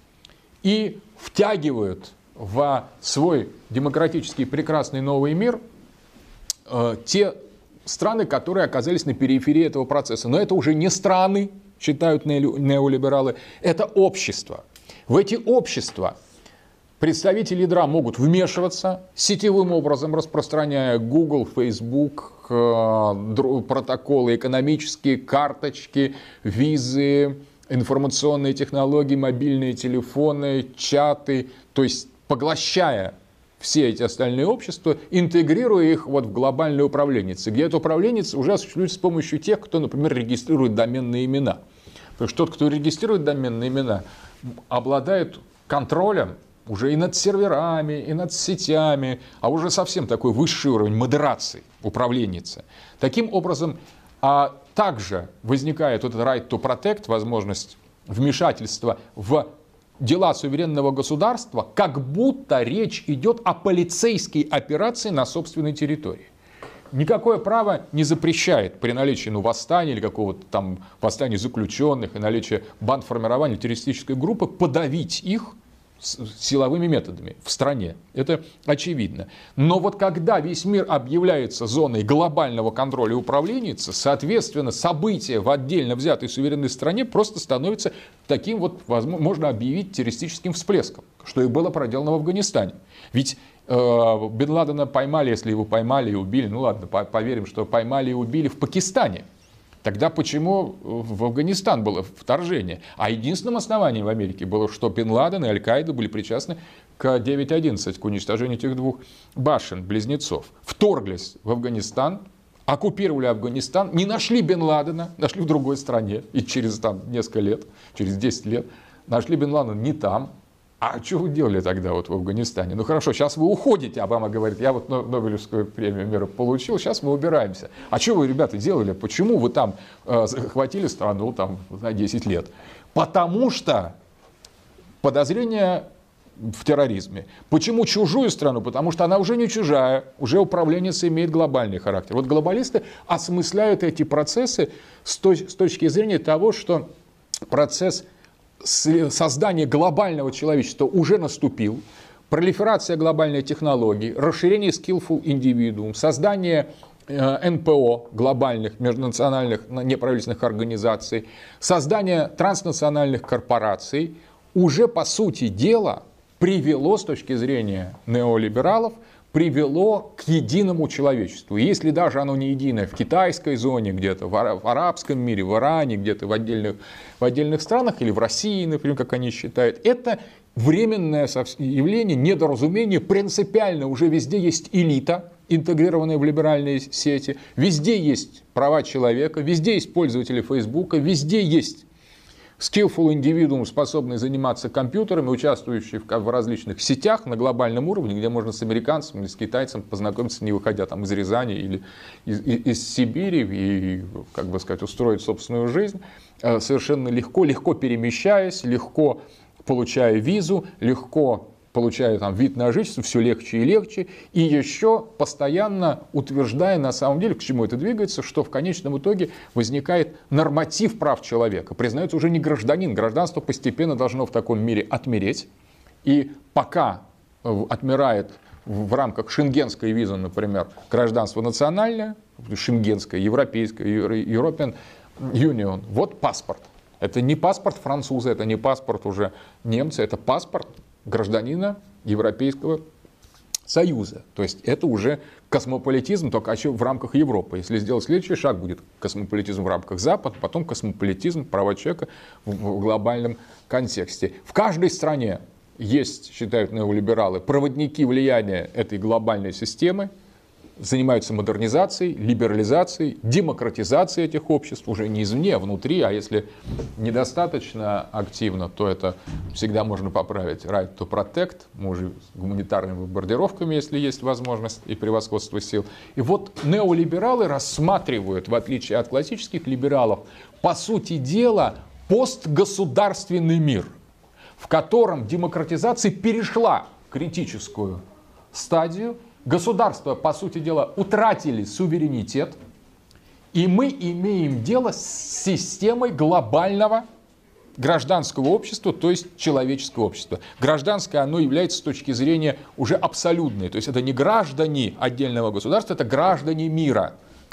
Speaker 2: и втягивают в свой демократический прекрасный новый мир э, те страны, которые оказались на периферии этого процесса. Но это уже не страны, считают неолибералы, это общество. В эти общества представители ядра могут вмешиваться сетевым образом, распространяя Google, Facebook, протоколы экономические, карточки, визы, информационные технологии, мобильные телефоны, чаты, то есть поглощая все эти остальные общества, интегрируя их вот в глобальное управление, где это управление уже осуществляется с помощью тех, кто, например, регистрирует доменные имена. Потому что тот, кто регистрирует доменные имена, обладает контролем уже и над серверами, и над сетями, а уже совсем такой высший уровень модерации, управленницы. Таким образом, а также возникает вот этот right to protect, возможность вмешательства в дела суверенного государства, как будто речь идет о полицейской операции на собственной территории. Никакое право не запрещает при наличии ну, восстания или какого-то там восстания заключенных и наличии бандформирования террористической группы подавить их силовыми методами в стране. Это очевидно. Но вот когда весь мир объявляется зоной глобального контроля и управления, соответственно, события в отдельно взятой суверенной стране просто становятся таким вот, возможно, можно объявить террористическим всплеском, что и было проделано в Афганистане. Ведь э, Бен Ладена поймали, если его поймали и убили, ну ладно, поверим, что поймали и убили в Пакистане. Тогда почему в Афганистан было вторжение? А единственным основанием в Америке было, что Бен Ладен и Аль-Каида были причастны к девять одиннадцать, к уничтожению этих двух башен-близнецов. Вторглись в Афганистан, оккупировали Афганистан, не нашли Бен Ладена, нашли в другой стране. И через там, несколько лет, через десять лет, нашли Бен Ладена не там. А что вы делали тогда вот в Афганистане? Ну хорошо, сейчас вы уходите, Обама говорит, я вот Нобелевскую премию мира получил, сейчас мы убираемся. А что вы, ребята, делали? Почему вы там э, захватили страну там, на десять лет? Потому что подозрение в терроризме. Почему чужую страну? Потому что она уже не чужая, уже управленец имеет глобальный характер. Вот глобалисты осмысляют эти процессы с, точ- с точки зрения того, что процесс создание глобального человечества уже наступил, пролиферация глобальной технологии, расширение skillful individuum, создание эн пэ о, глобальных межнациональных неправительственных организаций, создание транснациональных корпораций уже по сути дела привело с точки зрения неолибералов привело к единому человечеству. И если даже оно не единое в китайской зоне, где-то в арабском мире, в Иране, где-то в отдельных, в отдельных странах, или в России, например, как они считают, это временное явление, недоразумение, принципиально уже везде есть элита, интегрированная в либеральные сети, везде есть права человека, везде есть пользователи Фейсбука, везде есть skillful individuum, способный заниматься компьютерами, участвующий в различных сетях на глобальном уровне, где можно с американцем или с китайцем познакомиться, не выходя там из Рязани или из, из Сибири, и, как бы сказать, устроить собственную жизнь совершенно легко, легко перемещаясь, легко получая визу, легко получая там вид на жительство, все легче и легче, и еще постоянно утверждая на самом деле, к чему это двигается, что в конечном итоге возникает норматив прав человека. Признается уже не гражданин, гражданство постепенно должно в таком мире отмереть, и пока отмирает в рамках шенгенской визы, например, гражданство национальное, шенгенское, европейское, European Union, вот паспорт. Это не паспорт француза, это не паспорт уже немца, это паспорт гражданина Европейского Союза. То есть это уже космополитизм, только еще в рамках Европы. Если сделать следующий шаг, будет космополитизм в рамках Запада, потом космополитизм, права человека в глобальном контексте. В каждой стране есть, считают неолибералы, проводники влияния этой глобальной системы, занимаются модернизацией, либерализацией, демократизацией этих обществ, уже не извне, а внутри, а если недостаточно активно, то это всегда можно поправить. Right to protect, мы уже с гуманитарными бомбардировками, если есть возможность, и превосходство сил. И вот неолибералы рассматривают, в отличие от классических либералов, по сути дела, постгосударственный мир, в котором демократизация перешла критическую стадию. Государства, по сути дела, утратили суверенитет, и мы имеем дело с системой глобального гражданского общества, то есть человеческого общества. Гражданское оно является с точки зрения уже абсолютной, то есть это не граждане отдельного государства, это граждане мира,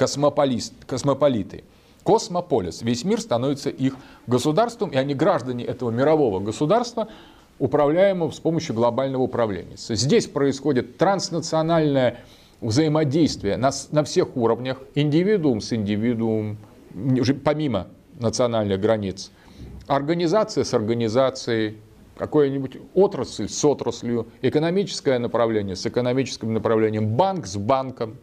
Speaker 2: космополиты. Космополис. Весь мир становится их государством, и они граждане этого мирового государства, управляемого с помощью глобального управления. Здесь происходит транснациональное взаимодействие на, на всех уровнях, индивидуум с индивидуумом, помимо национальных границ, организация с организацией, какая-нибудь отрасль с отраслью, экономическое направление с экономическим направлением, банк с банком,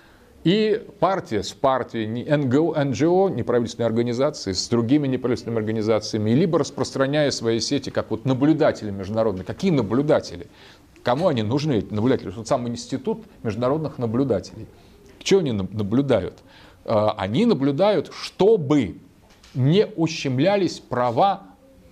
Speaker 2: и партия с партией, эн гэ о, эн джи о, неправительственные организации с другими неправительственными организациями, либо распространяя свои сети, как вот наблюдатели международные. Какие наблюдатели? Кому они нужны, эти наблюдатели? Вот сам институт международных наблюдателей. Что они наблюдают? Они наблюдают, чтобы не ущемлялись права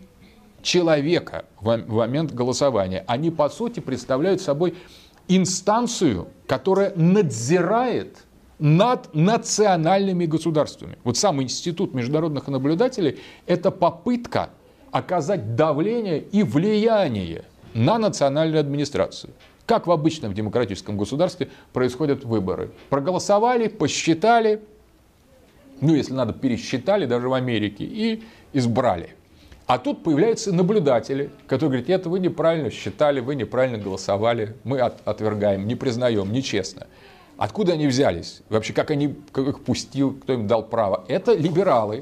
Speaker 2: человека в момент голосования. Они, по сути, представляют собой инстанцию, которая надзирает над национальными государствами. Вот сам институт международных наблюдателей – это попытка оказать давление и влияние на национальную администрацию. Как в обычном демократическом государстве происходят выборы. Проголосовали, посчитали, ну, если надо, пересчитали даже в Америке и избрали. А тут появляются наблюдатели, которые говорят: это вы неправильно считали, вы неправильно голосовали, мы от, отвергаем, не признаем, нечестно. Откуда они взялись? Вообще, как они, как их пустил, кто им дал право? Это либералы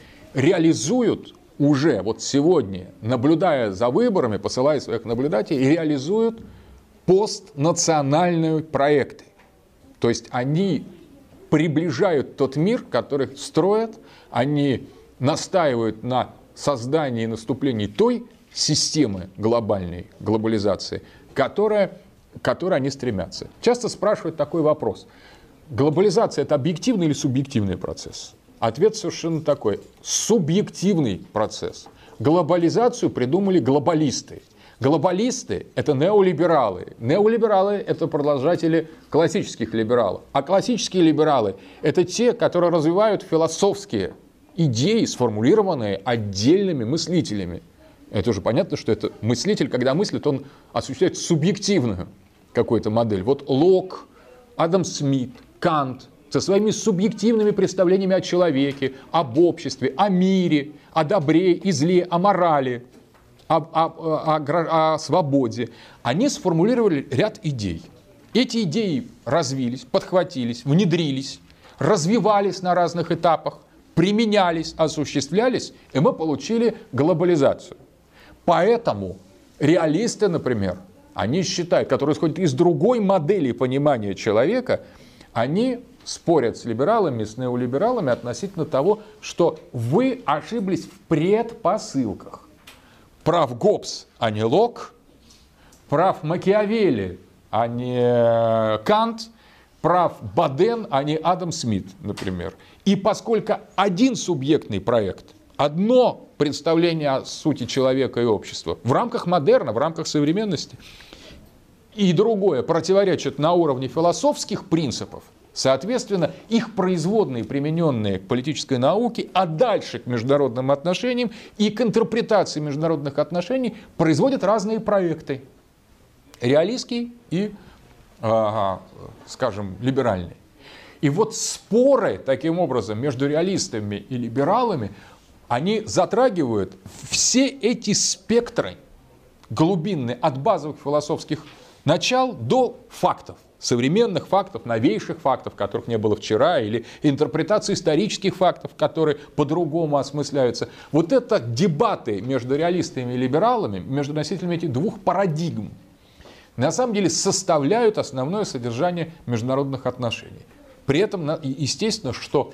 Speaker 2: реализуют уже вот сегодня, наблюдая за выборами, посылая своих наблюдателей, реализуют постнациональные проекты. То есть они приближают тот мир, который строят, они настаивают на создании и наступлении той системы глобальной, глобализации, которая, к которой они стремятся. Часто спрашивают такой вопрос: глобализация — это объективный или субъективный процесс? Ответ совершенно такой: субъективный процесс. Глобализацию придумали глобалисты. Глобалисты — это неолибералы. Неолибералы — это продолжатели классических либералов. А классические либералы — это те, которые развивают философские идеи, сформулированные отдельными мыслителями. Это уже понятно, что это мыслитель, когда мыслит, он осуществляет субъективную какую-то модель. Вот Лок, Адам Смит, Кант со своими субъективными представлениями о человеке, об обществе, о мире, о добре и зле, о морали, о, о, о, о свободе, они сформулировали ряд идей. Эти идеи развились, подхватились, внедрились, развивались на разных этапах, применялись, осуществлялись, и мы получили глобализацию. Поэтому реалисты, например, они считают, которые исходят из другой модели понимания человека, они спорят с либералами, с неолибералами относительно того, что вы ошиблись в предпосылках. Прав Гоббс, а не Лок, прав Макиавелли, а не Кант, прав Боден, а не Адам Смит, например. И поскольку один субъектный проект, одно представление о сути человека и общества в рамках модерна, в рамках современности, и другое противоречит на уровне философских принципов, соответственно, их производные, примененные к политической науке, а дальше к международным отношениям и к интерпретации международных отношений, производят разные проекты. Реалистский и, ага, скажем, либеральный. И вот споры, таким образом, между реалистами и либералами, они затрагивают все эти спектры глубинные, от базовых философских начал до фактов. Современных фактов, новейших фактов, которых не было вчера, или интерпретации исторических фактов, которые по-другому осмысляются. Вот это дебаты между реалистами и либералами, между носителями этих двух парадигм, на самом деле составляют основное содержание международных отношений. При этом, естественно, что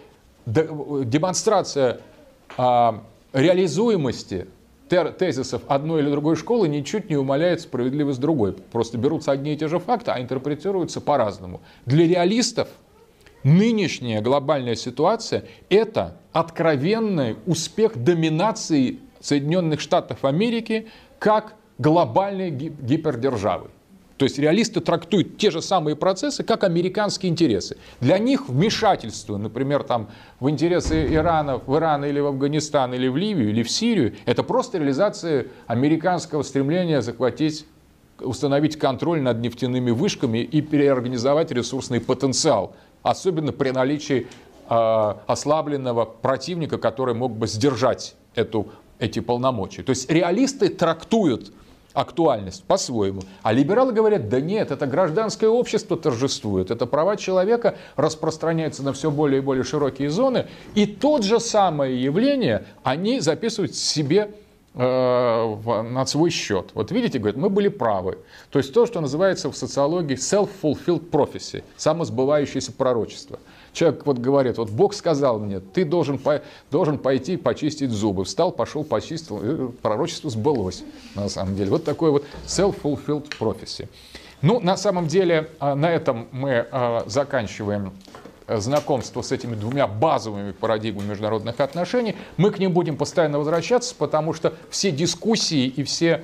Speaker 2: демонстрация а, реализуемости тезисов одной или другой школы ничуть не умаляет справедливость другой. Просто берутся одни и те же факты, а интерпретируются по-разному. Для реалистов нынешняя глобальная ситуация – это откровенный успех доминации Соединенных Штатов Америки как глобальной гипердержавы. То есть реалисты трактуют те же самые процессы как американские интересы. Для них вмешательство, например, там, в интересы Ирана, в Иран или в Афганистан, или в Ливию, или в Сирию, это просто реализация американского стремления захватить, установить контроль над нефтяными вышками и переорганизовать ресурсный потенциал. Особенно при наличии э, ослабленного противника, который мог бы сдержать эту, эти полномочия. То есть реалисты трактуют актуальность по-своему. А либералы говорят: да нет, это гражданское общество торжествует, это права человека распространяются на все более и более широкие зоны, и тот же самое явление они записывают себе э, в, на свой счет. Вот видите, говорят, мы были правы. То есть то, что называется в социологии self-fulfilled prophecy, самосбывающееся пророчество. Человек вот говорит: вот Бог сказал мне, ты должен, по, должен пойти почистить зубы. Встал, пошел, почистил, пророчество сбылось на самом деле. Вот такой вот self-fulfilled prophecy. Ну, на самом деле, на этом мы заканчиваем знакомство с этими двумя базовыми парадигмами международных отношений. Мы к ним будем постоянно возвращаться, потому что все дискуссии и все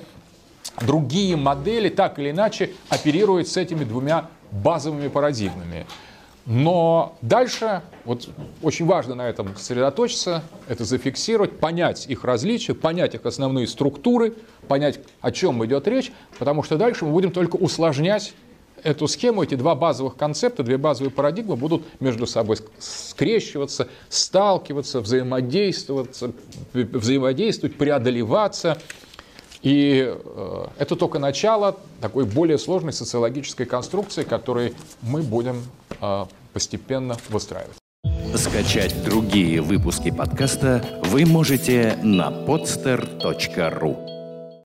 Speaker 2: другие модели так или иначе оперируют с этими двумя базовыми парадигмами. Но дальше, вот очень важно на этом сосредоточиться, это зафиксировать, понять их различия, понять их основные структуры, понять, о чем идет речь, потому что дальше мы будем только усложнять эту схему. Эти два базовых концепта, две базовые парадигмы будут между собой скрещиваться, сталкиваться, взаимодействовать, взаимодействовать, преодолеваться. И э, это только начало такой более сложной социологической конструкции, которую мы будем э, постепенно выстраивать.
Speaker 1: Скачать другие выпуски подкаста вы можете на podster точка ру.